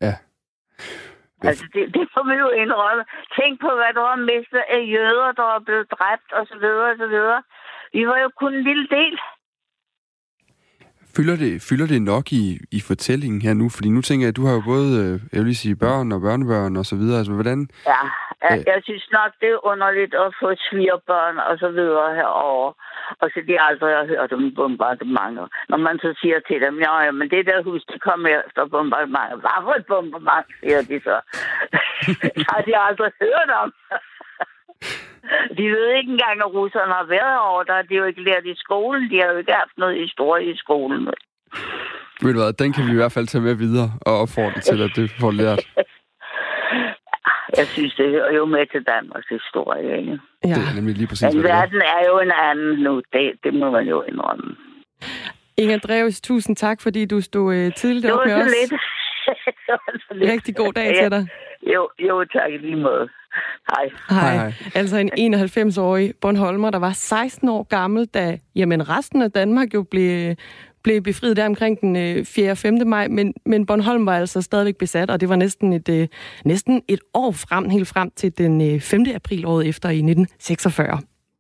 [SPEAKER 1] Ja.
[SPEAKER 14] Altså, det, det må vi jo indrømme. Tænk på, hvad der var mistet af jøder, der var blevet dræbt, og så videre, og så videre. Vi var jo kun en lille del.
[SPEAKER 1] Fylder det, fylder det nok i, i fortællingen her nu? Fordi nu tænker jeg, at du har jo både, jeg vil lige sige, børn og børnebørn og så videre. Altså, hvordan...
[SPEAKER 14] Ja, jeg, øh... jeg synes nok, det er underligt at få svigerbørn og så videre herovre. Og så de aldrig har hørt om bombardementer. Når man så siger til dem, ja, ja, men det der hus, det kommer efter bombardementer. Hvad for et bombardement, siger de så. Det har de aldrig hørt om. De ved ikke engang, at russerne har været over der. De har jo ikke lært i skolen. De har jo ikke haft noget historie i skolen.
[SPEAKER 1] Ved du hvad, den kan vi i hvert fald tage med videre og opfordre til, at det får lært.
[SPEAKER 14] Jeg synes, det hører jo med til Danmarks historie, ikke?
[SPEAKER 1] Ja. Det er nemlig lige præcis.
[SPEAKER 14] Men verden er jo en anden nu. Det, det må man jo indrømme.
[SPEAKER 2] Inger Drews, tusind tak, fordi du stod øh, tidligt op med os.
[SPEAKER 14] Det var så lidt.
[SPEAKER 2] Rigtig god dag til dig.
[SPEAKER 14] Jo, jo, tak i lige måde. Hej.
[SPEAKER 2] Hej. Hej. Altså en enoghalvfems-årig Bornholmer, der var seksten år gammel, da jamen, resten af Danmark jo blev, blev befriet der omkring den fjerde og femte maj, men, men Bornholm var altså stadigvæk besat, og det var næsten et, øh, næsten et år frem, helt frem til den femte april året efter i nitten seksogfyrre.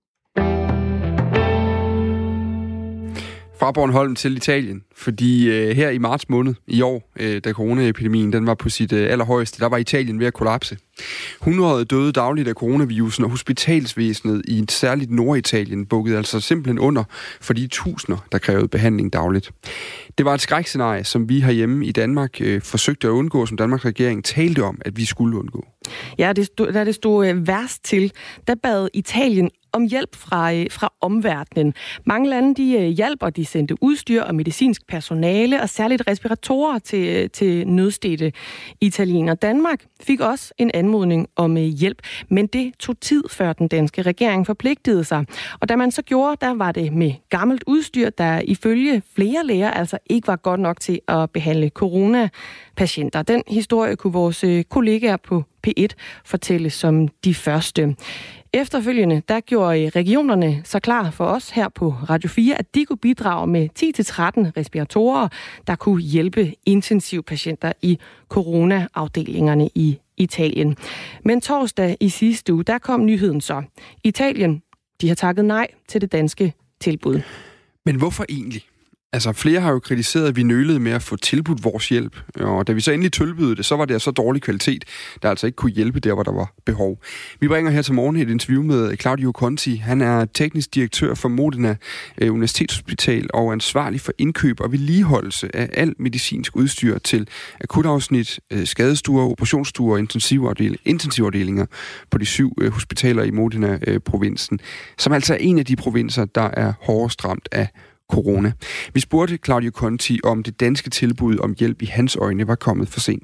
[SPEAKER 1] Fra Bornholm til Italien, fordi øh, her i marts måned i år, øh, da coronaepidemien den var på sit øh, allerhøjeste, der var Italien ved at kollapse. hundrede døde dagligt af coronavirusen, og hospitalsvæsenet i et særligt Norditalien bukkede altså simpelthen under for de tusinder, der krævede behandling dagligt. Det var et skrækscenarie, som vi herhjemme i Danmark øh, forsøgte at undgå, som Danmarks regering talte om, at vi skulle undgå.
[SPEAKER 2] Ja, det stod, da det stod øh, værst til, der bad Italien om hjælp fra, øh, fra omverdenen. Mange lande de øh, hjælper, de sendte udstyr og medicinsk personale og særligt respiratorer til, øh, til nødstedte italienere. Danmark fik også en anmodning om øh, hjælp, men det tog tid, før den danske regering forpligtede sig. Og da man så gjorde, der var det med gammelt udstyr, der ifølge flere læger altså ikke var godt nok til at behandle coronapatienter. Den historie kunne vores øh, kollegaer på P et fortælle som de første. Efterfølgende, der gjorde regionerne så klar for os her på Radio fire, at de kunne bidrage med ti til tretten respiratorer, der kunne hjælpe intensivpatienter i coronaafdelingerne i Italien. Men torsdag i sidste uge, der kom nyheden så. Italien, de har takket nej til det danske tilbud.
[SPEAKER 1] Men hvorfor egentlig? Altså, flere har jo kritiseret, at vi nølede med at få tilbudt vores hjælp. Og da vi så endelig tilbød det, så var det af så dårlig kvalitet, der altså ikke kunne hjælpe der, hvor der var behov. Vi bringer her til morgen et interview med Claudio Conti. Han er teknisk direktør for Modena Universitetshospital og ansvarlig for indkøb og vedligeholdelse af al medicinsk udstyr til akutafsnit, skadestuer, operationsstuer og intensivafdelinger på de syv hospitaler i Modena-provinsen, som altså er en af de provinser, der er hårdest ramt af corona. Vi spurgte Claudio Conti, om det danske tilbud om hjælp i hans øjne var kommet for sent.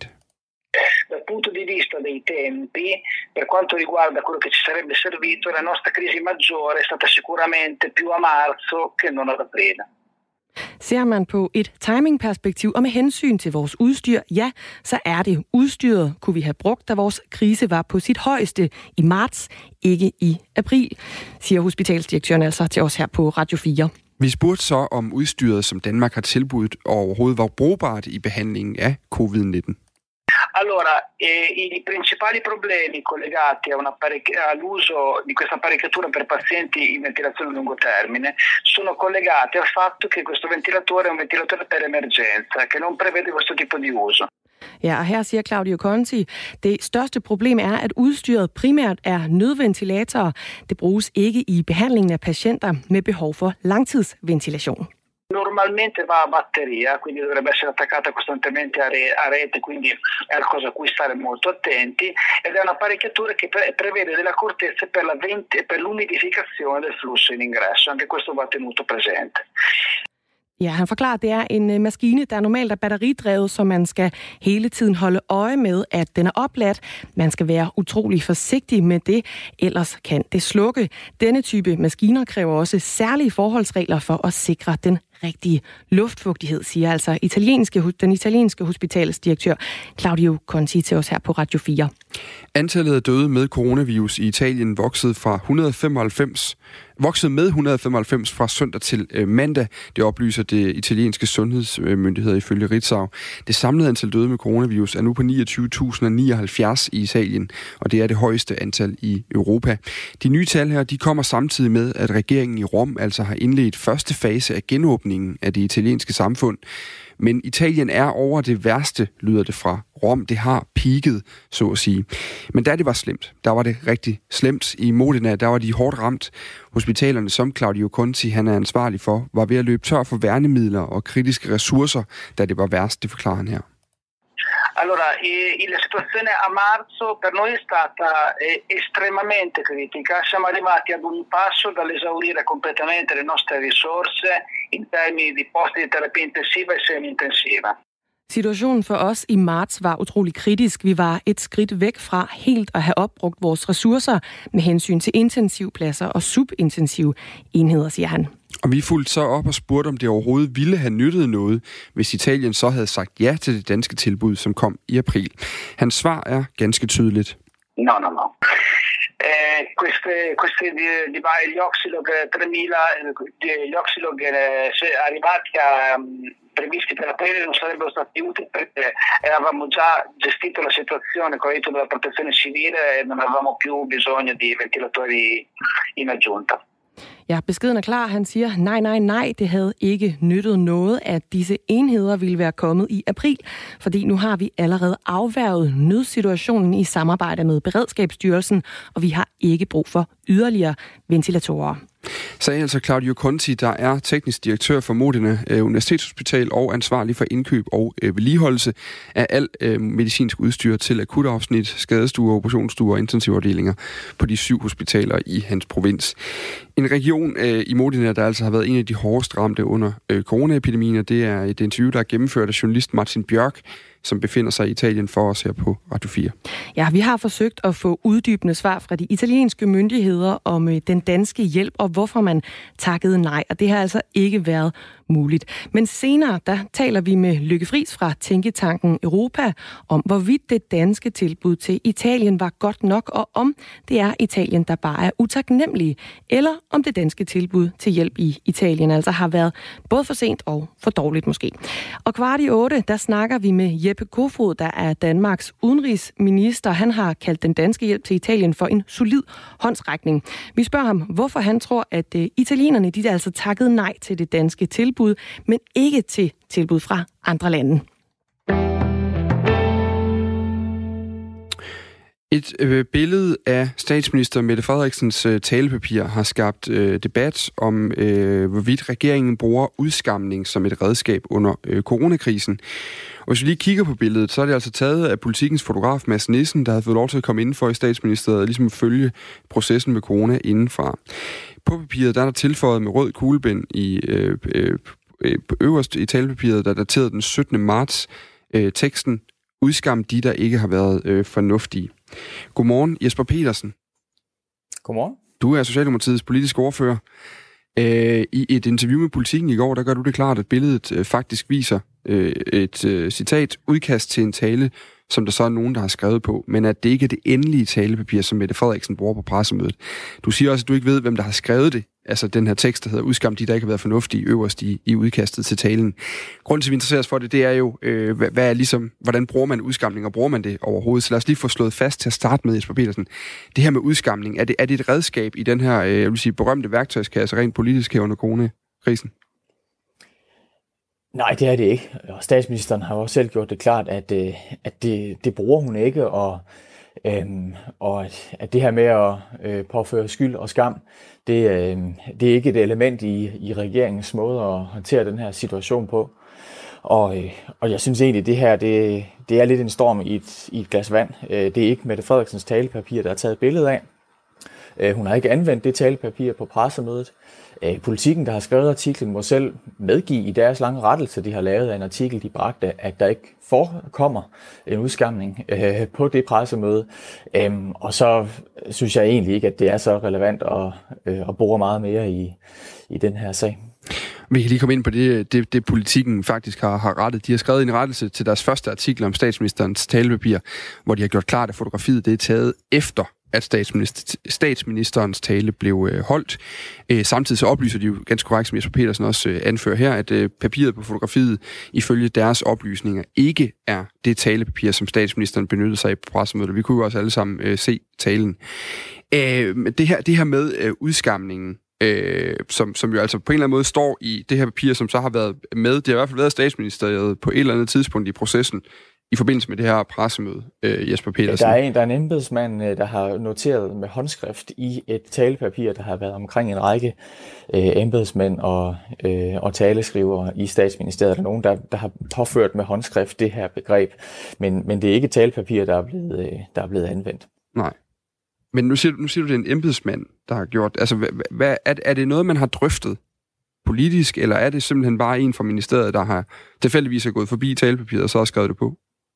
[SPEAKER 3] Dal punto di vista dei tempi, per quanto riguarda quello che ci sarebbe servito, la nostra crisi maggiore è stata sicuramente più a marzo che non ad aprile.
[SPEAKER 2] Ser man på et timingperspektiv og med hensyn til vores udstyr, ja, så er det udstyret, kunne vi have brugt, da vores krise var på sit højeste i marts, ikke i april, siger hospitalsdirektøren altså til os her på Radio fire.
[SPEAKER 1] Vi spurgte så, om udstyret, som Danmark har tilbudt, overhovedet var brugbart i behandlingen af covid nitten.
[SPEAKER 3] Allora, eh, i principali problemi collegati a all'uso di questa apparecchiatura per pazienti in ventilazione a lungo termine sono collegati al fatto che questo ventilatore è un ventilatore per emergenza, che non prevede questo tipo di uso.
[SPEAKER 2] Ja, og her siger Claudio Conti, det største problem er, at udstyret primært er nødventilatorer. Det bruges ikke i behandlingen af patienter med behov for langtidsventilation.
[SPEAKER 3] Normalmente va a batteria, quindi dovrebbe essere attaccata costantemente a, re- a rete, quindi è una cosa a cui stare molto attenti, ed è un'apparecchiatura che pre- prevede delle accortezze per, la vent- per l'umidificazione del flusso in ingresso, anche questo va tenuto presente.
[SPEAKER 2] Ja, han forklarer, at det er en maskine, der normalt er batteridrevet, så man skal hele tiden holde øje med, at den er opladt. Man skal være utrolig forsigtig med det, ellers kan det slukke. Denne type maskiner kræver også særlige forholdsregler for at sikre den rigtige luftfugtighed, siger altså italienske, den italienske hospitalsdirektør Claudio Conti til os her på Radio fire.
[SPEAKER 1] Antallet af døde med coronavirus i Italien voksede fra et hundrede og femoghalvfems voksede med et hundrede og femoghalvfems fra søndag til øh, mandag. Det oplyser det italienske sundhedsmyndigheder ifølge Ritzau. Det samlede antal døde med coronavirus er nu på niogtyve tusind nioghalvfjerds i Italien, og det er det højeste antal i Europa. De nye tal her, de kommer samtidig med, at regeringen i Rom altså har indledt første fase af genåbningen af det italienske samfund. Men Italien er over det værste, lyder det fra Rom. Det har peaket, så at sige. Men da det var slemt, der var det rigtig slemt. I Modena, der var de hårdt ramt. Hospitalerne, som Claudio Conti, han er ansvarlig for, var ved at løbe tør for værnemidler og kritiske ressourcer, da det var værst, det forklarer han her.
[SPEAKER 3] Allora, eh, la situazione a marzo per noi è stata eh, estremamente critica. Siamo arrivati ad un passo dall'esaurire completamente le nostre risorse in termini di posti di terapia intensiva e semi-intensiva.
[SPEAKER 2] Situationen for os i marts var utrolig kritisk. Vi var et skridt væk fra helt at have opbrugt vores ressourcer med hensyn til intensivpladser og subintensive enheder, siger han.
[SPEAKER 1] Og vi fulgte så op og spurgte, om det overhovedet ville have nyttet noget, hvis Italien så havde sagt ja til det danske tilbud, som kom i april. Hans svar er ganske tydeligt.
[SPEAKER 3] No, no, no. Eh, queste, queste di, di, gli Oxylog tremila, gli Oxylog eh, arrivati a previsti per aprile non sarebbero stati utili perché avevamo già gestito la situazione con l'aiuto della protezione civile e non avevamo più bisogno di ventilatori in aggiunta.
[SPEAKER 2] Ja, beskeden er klar. Han siger, nej, nej, nej, det havde ikke nyttet noget, at disse enheder ville være kommet i april, fordi nu har vi allerede afværget nødsituationen i samarbejde med Beredskabsstyrelsen, og vi har ikke brug for yderligere ventilatorer.
[SPEAKER 1] Sagde altså Claudio Conti, der er teknisk direktør for Modena Universitetshospital og ansvarlig for indkøb og øh, vedligeholdelse af al øh, medicinsk udstyr til akutafsnit, skadestuer, operationsstuer og intensivafdelinger på de syv hospitaler i hans provins. En region øh, i Modena, der altså har været en af de hårdest ramte under øh, coronaepidemien, det er et interview, der er gennemført af journalist Martin Bjørk, som befinder sig i Italien for os her på Radio fire.
[SPEAKER 2] Ja, vi har forsøgt at få uddybende svar fra de italienske myndigheder om den danske hjælp og hvorfor man takkede nej, og det har altså ikke været muligt. Men senere, der taler vi med Lykke Friis fra Tænketanken Europa om, hvorvidt det danske tilbud til Italien var godt nok, og om det er Italien, der bare er utaknemmelige, eller om det danske tilbud til hjælp i Italien altså har været både for sent og for dårligt måske. Og kvart i otte, der snakker vi med Jeppe Kofod, der er Danmarks udenrigsminister. Han har kaldt den danske hjælp til Italien for en solid håndsrækning. Vi spørger ham, hvorfor han tror, at italienerne de altså takkede nej til det danske tilbud, men ikke til tilbud fra andre lande.
[SPEAKER 1] Et øh, billede af statsminister Mette Frederiksens øh, talepapir har skabt øh, debat om, øh, hvorvidt regeringen bruger udskamning som et redskab under øh, coronakrisen. Og hvis vi lige kigger på billedet, så er det altså taget af Politikens fotograf Mads Nissen, der havde fået lov til at komme indenfor i statsministeriet og ligesom følge processen med corona indenfra. På papiret der er der tilføjet med rød kuglebind i øh, øh, øverst i talepapiret, der er dateret den syttende marts, øh, teksten udskam de, der ikke har været øh, fornuftige. Godmorgen, Jesper Petersen.
[SPEAKER 15] Godmorgen.
[SPEAKER 1] Du er Socialdemokratiets politiske ordfører. Øh, I et interview med Politiken i går, der gør du det klart, at billedet øh, faktisk viser øh, et øh, citat, udkast til en tale, som der så er nogen, der har skrevet på, men at det ikke er det endelige talepapir, som Mette Frederiksen bruger på pressemødet. Du siger også, at du ikke ved, hvem der har skrevet det, altså den her tekst, der hedder udskam de, der ikke har været fornuftige øverst i, i udkastet til talen. Grunden til, at vi interesserer os for det, det er jo, øh, hvad, hvad er ligesom, hvordan bruger man udskamning, og bruger man det overhovedet? Så lad os lige få slået fast til at starte med, Jesper Petersen. Det her med udskamning, er det, er det et redskab i den her, øh, jeg vil sige, berømte værktøjskasse, rent politisk her under coronakrisen?
[SPEAKER 15] Nej, det er det ikke. Og statsministeren har også selv gjort det klart, at, at det, det bruger hun ikke, og, øhm, og at det her med at øh, påføre skyld og skam, det, øh, det er ikke et element i, i regeringens måde at håndtere den her situation på. Og, øh, og jeg synes egentlig, at det her det, det er lidt en storm i et, i et glas vand. Øh, det er ikke Mette Frederiksens talepapir, der er taget billede af. Øh, hun har ikke anvendt det talepapir på pressemødet. Politikken, der har skrevet artiklen, må selv medgive i deres lange rettelse, de har lavet af en artikel, de bragte, at der ikke forekommer en udskamning øh, på det pressemøde. Øhm, og så synes jeg egentlig ikke, at det er så relevant at, øh, at bore meget mere i, i den her sag.
[SPEAKER 1] Vi kan lige komme ind på det, det, det Politikken faktisk har, har rettet. De har skrevet en rettelse til deres første artikel om statsministerens talepapir, hvor de har gjort klart, at fotografiet det er taget efter at statsminister, statsministerens tale blev øh, holdt. Øh, samtidig så oplyser de jo ganske korrekt, som Jesper Petersen også øh, anfører her, at øh, papiret på fotografiet ifølge deres oplysninger ikke er det talepapir, som statsministeren benyttede sig af på pressemødet. Vi kunne jo også alle sammen øh, se talen. Øh, det, her, det her med øh, udskamningen, øh, som, som jo altså på en eller anden måde står i det her papir, som så har været med, det har i hvert fald været statsministeriet på et eller andet tidspunkt i processen, i forbindelse med det her pressemøde, øh, Jesper Petersen.
[SPEAKER 15] Der er en, der er en embedsmand, der har noteret med håndskrift i et talepapir, der har været omkring en række øh, embedsmænd og, øh, og taleskrivere i statsministeriet. Der er nogen, der, der har påført med håndskrift det her begreb, men, men det er ikke et talepapir, der er blevet, øh, der er blevet anvendt.
[SPEAKER 1] Nej. Men nu siger, nu siger du, det er en embedsmand, der har gjort. Altså, hvad, hvad, er, er det noget, man har drøftet politisk, eller er det simpelthen bare en fra ministeriet, der har tilfældigvis er gået forbi talepapiret og så har skrevet det på?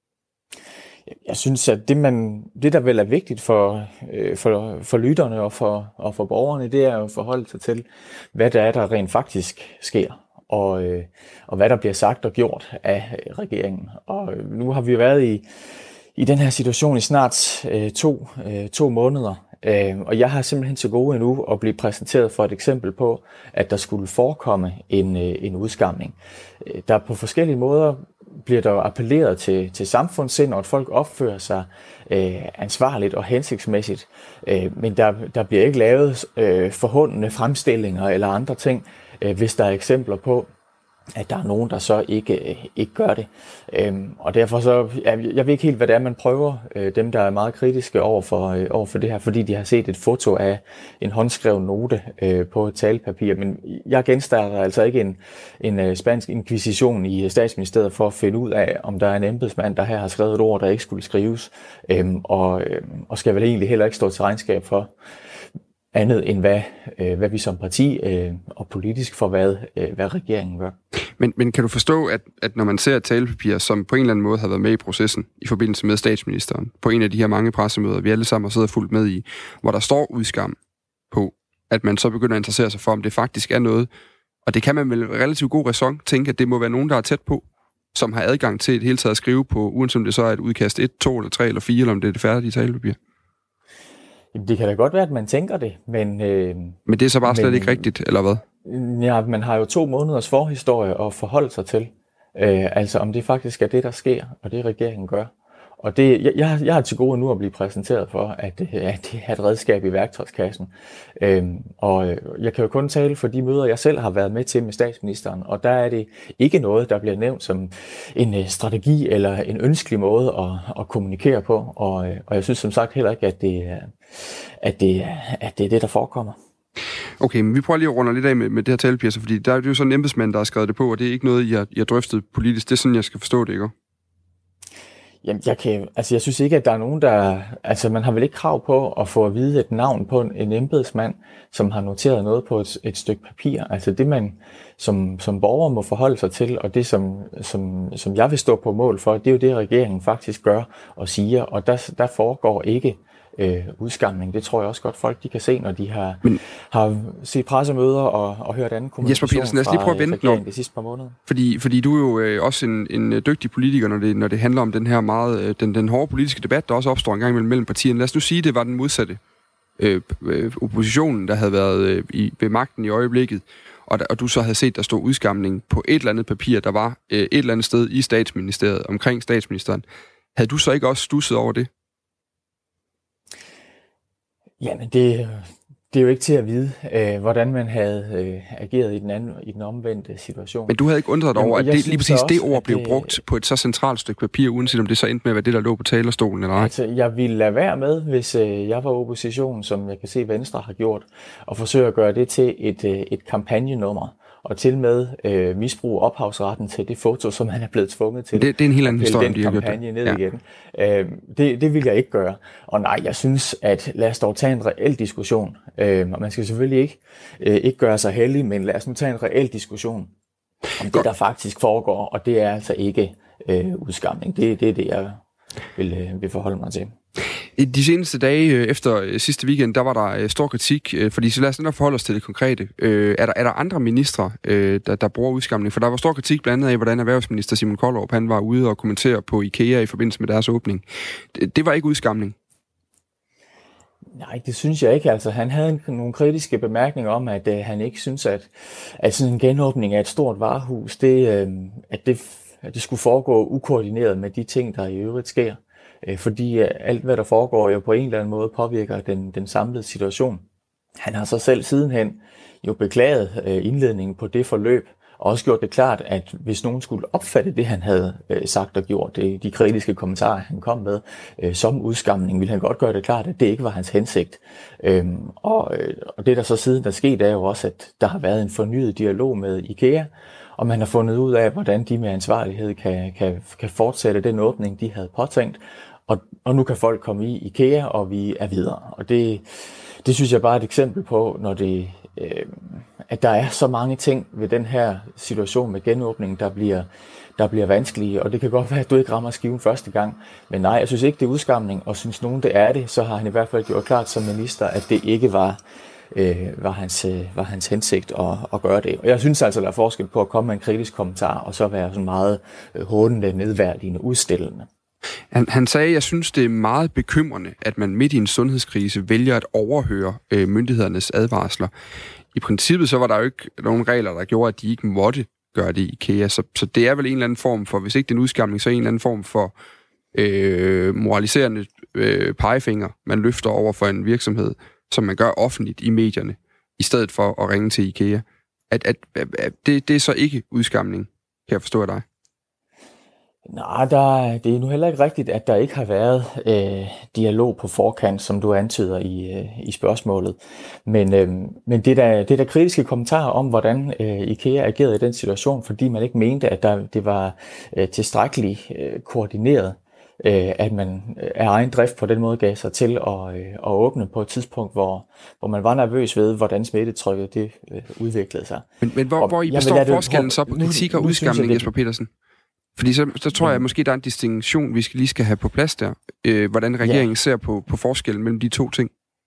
[SPEAKER 15] Jeg synes, at det, man, det der vel er vigtigt for, øh, for, for lytterne og for, og for borgerne, det er at forholde sig til, hvad der er, der rent faktisk sker, og, øh, og hvad der bliver sagt og gjort af regeringen. Og nu har vi været i, i den her situation i snart øh, to, øh, to måneder, øh, og jeg har simpelthen til gode endnu at blive præsenteret for et eksempel på, at der skulle forekomme en, øh, en udskamning. Der på forskellige måder bliver der appelleret til, til samfundssind, og at folk opfører sig øh, ansvarligt og hensigtsmæssigt. Øh, men der, der bliver ikke lavet øh, forhåndende fremstillinger eller andre ting, øh, hvis der er eksempler på, at der er nogen, der så ikke, ikke gør det. Øhm, og derfor så, jeg, jeg ved ikke helt, hvad det er, man prøver, øh, dem der er meget kritiske over for, øh, over for det her, fordi de har set et foto af en håndskreven note øh, på et talepapir. Men jeg genstarter altså ikke en, en øh, spansk inkvisition i statsministeriet for at finde ud af, om der er en embedsmand, der her har skrevet et ord, der ikke skulle skrives, øhm, og, øh, og skal vel egentlig heller ikke stå til regnskab for andet end hvad, øh, hvad vi som parti øh, og politisk for hvad, øh, hvad regeringen gør.
[SPEAKER 1] Men, men kan du forstå, at, at når man ser et talepapir, som på en eller anden måde har været med i processen i forbindelse med statsministeren, på en af de her mange pressemøder, vi alle sammen har siddet fuldt med i, hvor der står udskam på, at man så begynder at interessere sig for, om det faktisk er noget, og det kan man vel relativt god ræson tænke, at det må være nogen, der er tæt på, som har adgang til et hele taget at skrive på, uanset om det så er et udkast et, to eller tre eller fire, eller om det er det færdige talepapir.
[SPEAKER 15] Jamen, det kan da godt være, at man tænker det, men... Øh,
[SPEAKER 1] men det er så bare slet men, ikke rigtigt, eller hvad?
[SPEAKER 15] Ja, man har jo to måneders forhistorie at forholde sig til. Øh, altså, om det faktisk er det, der sker, og det regeringen gør. Og det, jeg, jeg, jeg har til gode nu at blive præsenteret for, at det, at det er et redskab i værktøjskassen. Øhm, og jeg kan jo kun tale for de møder, jeg selv har været med til med statsministeren, og der er det ikke noget, der bliver nævnt som en strategi eller en ønskelig måde at, at kommunikere på. Og, og jeg synes som sagt heller ikke, at det, at det, at det er det, der forekommer.
[SPEAKER 1] Okay, men vi prøver lige at runde lidt af med, med det her talepapir, fordi der er jo sådan en embedsmand, der har skrevet det på, og det er ikke noget, I har, I har drøftet politisk. Det er sådan, jeg skal forstå det, ikke?
[SPEAKER 15] Jamen, jeg kan, altså jeg synes ikke, at der er nogen, der... Altså, man har vel ikke krav på at få at vide et navn på en, en embedsmand, som har noteret noget på et, et stykke papir. Altså det, man som, som borger må forholde sig til, og det, som, som, som jeg vil stå på mål for, det er jo det, regeringen faktisk gør og siger, og der, der foregår ikke øh, udskamning. Det tror jeg også godt, folk de kan se, når de har, Men, har set pressemøder og, og hørt anden kommunikation
[SPEAKER 1] Jesper Petersen, lad os lige prøve at vente
[SPEAKER 15] regeringen de sidste par måneder.
[SPEAKER 1] Fordi, fordi du er jo øh, også en, en dygtig politiker, når det, når det handler om den her meget, øh, den, den hårde politiske debat, der også opstår en gang imellem mellem partierne. Lad os nu sige, at det var den modsatte. Øh, øh, oppositionen, der havde været øh, i, ved magten i øjeblikket, og, og du så havde set, der stod udskamning på et eller andet papir, der var øh, et eller andet sted i statsministeriet, omkring statsministeren. Havde du så ikke også stusset over det?
[SPEAKER 15] Jamen, det, det er jo ikke til at vide, øh, hvordan man havde øh, ageret i den, anden, i den omvendte situation.
[SPEAKER 1] Men du havde ikke undret dig over, at det, lige præcis
[SPEAKER 15] også,
[SPEAKER 1] det ord blev
[SPEAKER 15] det,
[SPEAKER 1] brugt på et så centralt stykke papir, uanset om det så endte med at være det, der lå på talerstolen eller ej?
[SPEAKER 15] Altså, jeg ville lade være med, hvis øh, jeg var opposition, som jeg kan se Venstre har gjort, og forsøge at gøre det til et, øh, et kampagnenummer, og til med øh, misbruge ophavsretten til det foto, som han er blevet tvunget til.
[SPEAKER 1] Det, det er en helt anden historie,
[SPEAKER 15] den kampagne ned ja. igen. Øh, det, det vil jeg ikke gøre. Og nej, jeg synes, at lad os dog tage en reel diskussion. Øh, og man skal selvfølgelig ikke, øh, ikke gøre sig heldig, men lad os nu tage en reel diskussion om det, der faktisk foregår, og det er altså ikke øh, udskamning. Det, det er det, jeg vil, øh, vil forholde mig til.
[SPEAKER 1] De seneste dage efter sidste weekend, der var der stor kritik, fordi så lad os netop forholde os til det konkrete. Er der, er der andre ministre, der, der bruger udskamning? For der var stor kritik blandt andet af, hvordan erhvervsminister Simon Kollerup, han var ude og kommentere på IKEA i forbindelse med deres åbning. Det var ikke udskamning.
[SPEAKER 15] Nej, det synes jeg ikke. Altså, han havde nogle kritiske bemærkninger om, at øh, han ikke synes, at, at sådan en genåbning af et stort varehus, det, øh, at, det, at det skulle foregå ukoordineret med de ting, der i øvrigt sker. Øh, fordi øh, alt, hvad der foregår, jo på en eller anden måde påvirker den, den samlede situation. Han har så selv sidenhen jo beklaget øh, indledningen på det forløb, og også gjort det klart, at hvis nogen skulle opfatte det, han havde øh, sagt og gjort, det, de kritiske kommentarer, han kom med, øh, som udskamning, ville han godt gøre det klart, at det ikke var hans hensigt. Øhm, og, øh, og det, der så siden der skete, er jo også, at der har været en fornyet dialog med IKEA, og man har fundet ud af, hvordan de med ansvarlighed kan, kan, kan fortsætte den åbning, de havde påtænkt. Og, og nu kan folk komme i IKEA, og vi er videre. Og det, det synes jeg bare er et eksempel på, når det... Øh, at der er så mange ting ved den her situation med genåbningen, der bliver, der bliver vanskelige, og det kan godt være, at du ikke rammer skiven første gang, men nej, jeg synes ikke, det er udskamning, og synes nogen, det er det, så har han i hvert fald gjort klart som minister, at det ikke var, øh, var, hans, øh, var hans hensigt at, at gøre det. Og jeg synes altså, der er forskel på at komme med en kritisk kommentar, og så være sådan meget øh, hånende, nedværdigende, udstillende.
[SPEAKER 1] Han, han sagde, jeg synes, det er meget bekymrende, at man midt i en sundhedskrise vælger at overhøre øh, myndighedernes advarsler. I princippet så var der jo ikke nogen regler, der gjorde, at de ikke måtte gøre det i IKEA. Så, så det er vel en eller anden form for, hvis ikke det er en udskamning, så en eller anden form for øh, moraliserende øh, pegefinger, man løfter over for en virksomhed, som man gør offentligt i medierne, i stedet for at ringe til IKEA. At, at, at, at det, det er så ikke udskamning, kan jeg forstå af dig.
[SPEAKER 15] Nej, der, det er nu heller ikke rigtigt, at der ikke har været øh, dialog på forkant, som du antyder i, øh, i spørgsmålet. Men, øh, men det, der, det der kritiske kommentarer om, hvordan øh, IKEA agerede i den situation, fordi man ikke mente, at der, det var øh, tilstrækkeligt øh, koordineret, øh, at man af egen drift på den måde gav sig til at, øh, at åbne på et tidspunkt, hvor, hvor man var nervøs ved, hvordan smittetrykket det, øh, udviklede sig.
[SPEAKER 1] Men, men hvor, hvor I består forskellen så på kritik og udskamning, Jesper Petersen? Fordi så, så tror jeg, at måske der er en distinktion, vi skal lige skal have på plads der. Øh, hvordan regeringen ja. ser på, på forskellen mellem de to ting.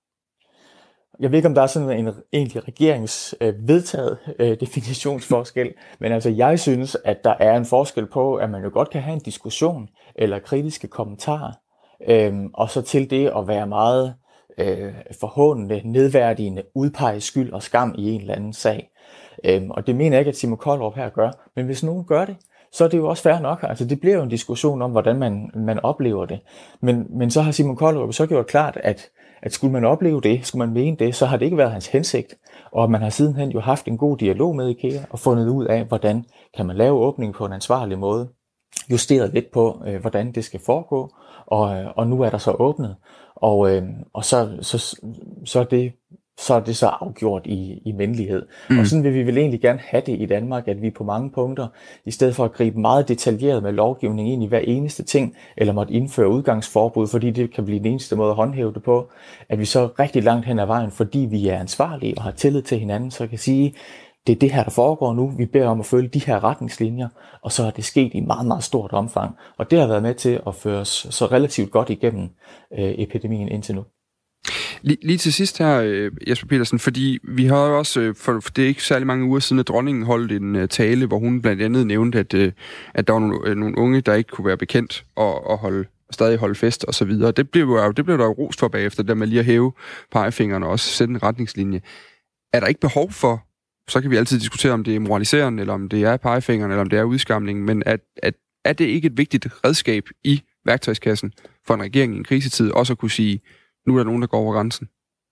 [SPEAKER 15] Jeg ved ikke, om der er sådan en egentlig regerings øh, vedtaget øh, definitionsforskel, men altså jeg synes, at der er en forskel på, at man jo godt kan have en diskussion eller kritiske kommentarer, øh, og så til det at være meget øh, forhåndende, nedværdigende, udpege skyld og skam i en eller anden sag. Øh, og det mener jeg ikke, at Simon Kollerup her gør, men hvis nogen gør det, så er det jo også fair nok. Altså, det bliver jo en diskussion om, hvordan man, man oplever det. Men, men så har Simon Kollerup så gjort klart, at, at skulle man opleve det, skulle man mene det, så har det ikke været hans hensigt. Og man har sidenhen jo haft en god dialog med IKEA og fundet ud af, hvordan kan man lave åbning på en ansvarlig måde. Justeret lidt på, øh, hvordan det skal foregå. Og, øh, og nu er der så åbnet. Og, øh, og så, så, så er det... så er det så afgjort i, i mindelighed. Mm. Og sådan vil vi vel egentlig gerne have det i Danmark, at vi på mange punkter, i stedet for at gribe meget detaljeret med lovgivning ind i hver eneste ting, eller måtte indføre udgangsforbud, fordi det kan blive den eneste måde at håndhæve det på, at vi så rigtig langt hen ad vejen, fordi vi er ansvarlige og har tillid til hinanden, så kan sige, det er det her, der foregår nu, vi beder om at følge de her retningslinjer, og så er det sket i meget, meget stort omfang. Og det har været med til at føre os så relativt godt igennem øh, epidemien indtil nu.
[SPEAKER 1] Lige, lige til sidst her, Jesper Petersen, fordi vi har jo også, for, for det er ikke særlig mange uger siden, at dronningen holdt en uh, tale, hvor hun blandt andet nævnte, at, uh, at der var nogle, uh, nogle unge, der ikke kunne være bekendt og, og holde, stadig holde fest og så videre. Det blev, jo, det blev der jo rost for bagefter, der med lige at hæve pegefingeren og også sætte en retningslinje. Er der ikke behov for, så kan vi altid diskutere, om det er moraliserende, eller om det er pegefingeren, eller om det er udskamning, men at, at, er det ikke et vigtigt redskab i værktøjskassen for en regering i en krisetid, også at kunne sige, nu er der nogen, der går over grænsen?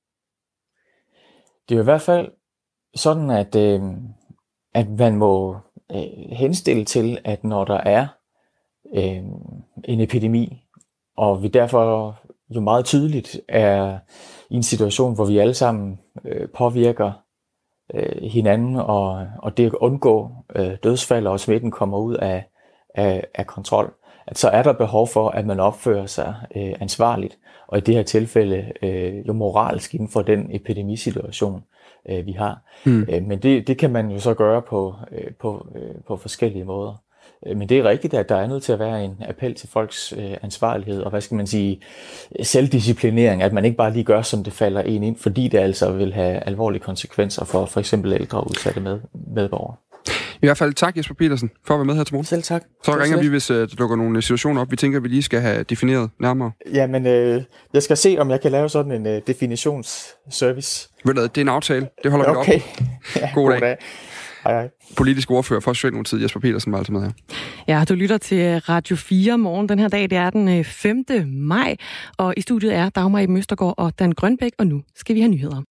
[SPEAKER 15] Det er jo i hvert fald sådan, at, øh, at man må øh, henstille til, at når der er øh, en epidemi, og vi derfor jo meget tydeligt er i en situation, hvor vi alle sammen øh, påvirker øh, hinanden, og, og det at undgå øh, dødsfald og smitten kommer ud af, af, af kontrol, at så er der behov for, at man opfører sig øh, ansvarligt, og i det her tilfælde øh, jo moralsk inden for den epidemisituation, øh, vi har. Mm. Øh, men det, det kan man jo så gøre på, øh, på, øh, på forskellige måder. Øh, men det er rigtigt, at der er nødt til at være en appel til folks øh, ansvarlighed, og hvad skal man sige, selvdisciplinering, at man ikke bare lige gør, som det falder en ind, fordi det altså vil have alvorlige konsekvenser for for eksempel ældre og udsatte med, medborgere.
[SPEAKER 1] I hvert fald tak, Jesper Petersen, for at være med her til morgen.
[SPEAKER 15] Selv tak.
[SPEAKER 1] Så ringer vi, hvis uh, der dukker nogle situationer op, vi tænker, vi lige skal have defineret nærmere.
[SPEAKER 15] Jamen, øh, jeg skal se, om jeg kan lave sådan en øh, definitionsservice.
[SPEAKER 1] Ved du, det er en aftale. Det holder
[SPEAKER 15] okay.
[SPEAKER 1] vi op.
[SPEAKER 15] Ja,
[SPEAKER 1] god, god
[SPEAKER 15] dag.
[SPEAKER 1] dag.
[SPEAKER 15] Hej, hej.
[SPEAKER 1] Politisk ordfører for Socialdemokratiet, Jesper Petersen, var altså med her.
[SPEAKER 2] Ja, du lytter til Radio fire morgen. Den her dag, det er den femte maj, og i studiet er Dagmar Eben Østergaard og Dan Grønbæk, og nu skal vi have nyheder.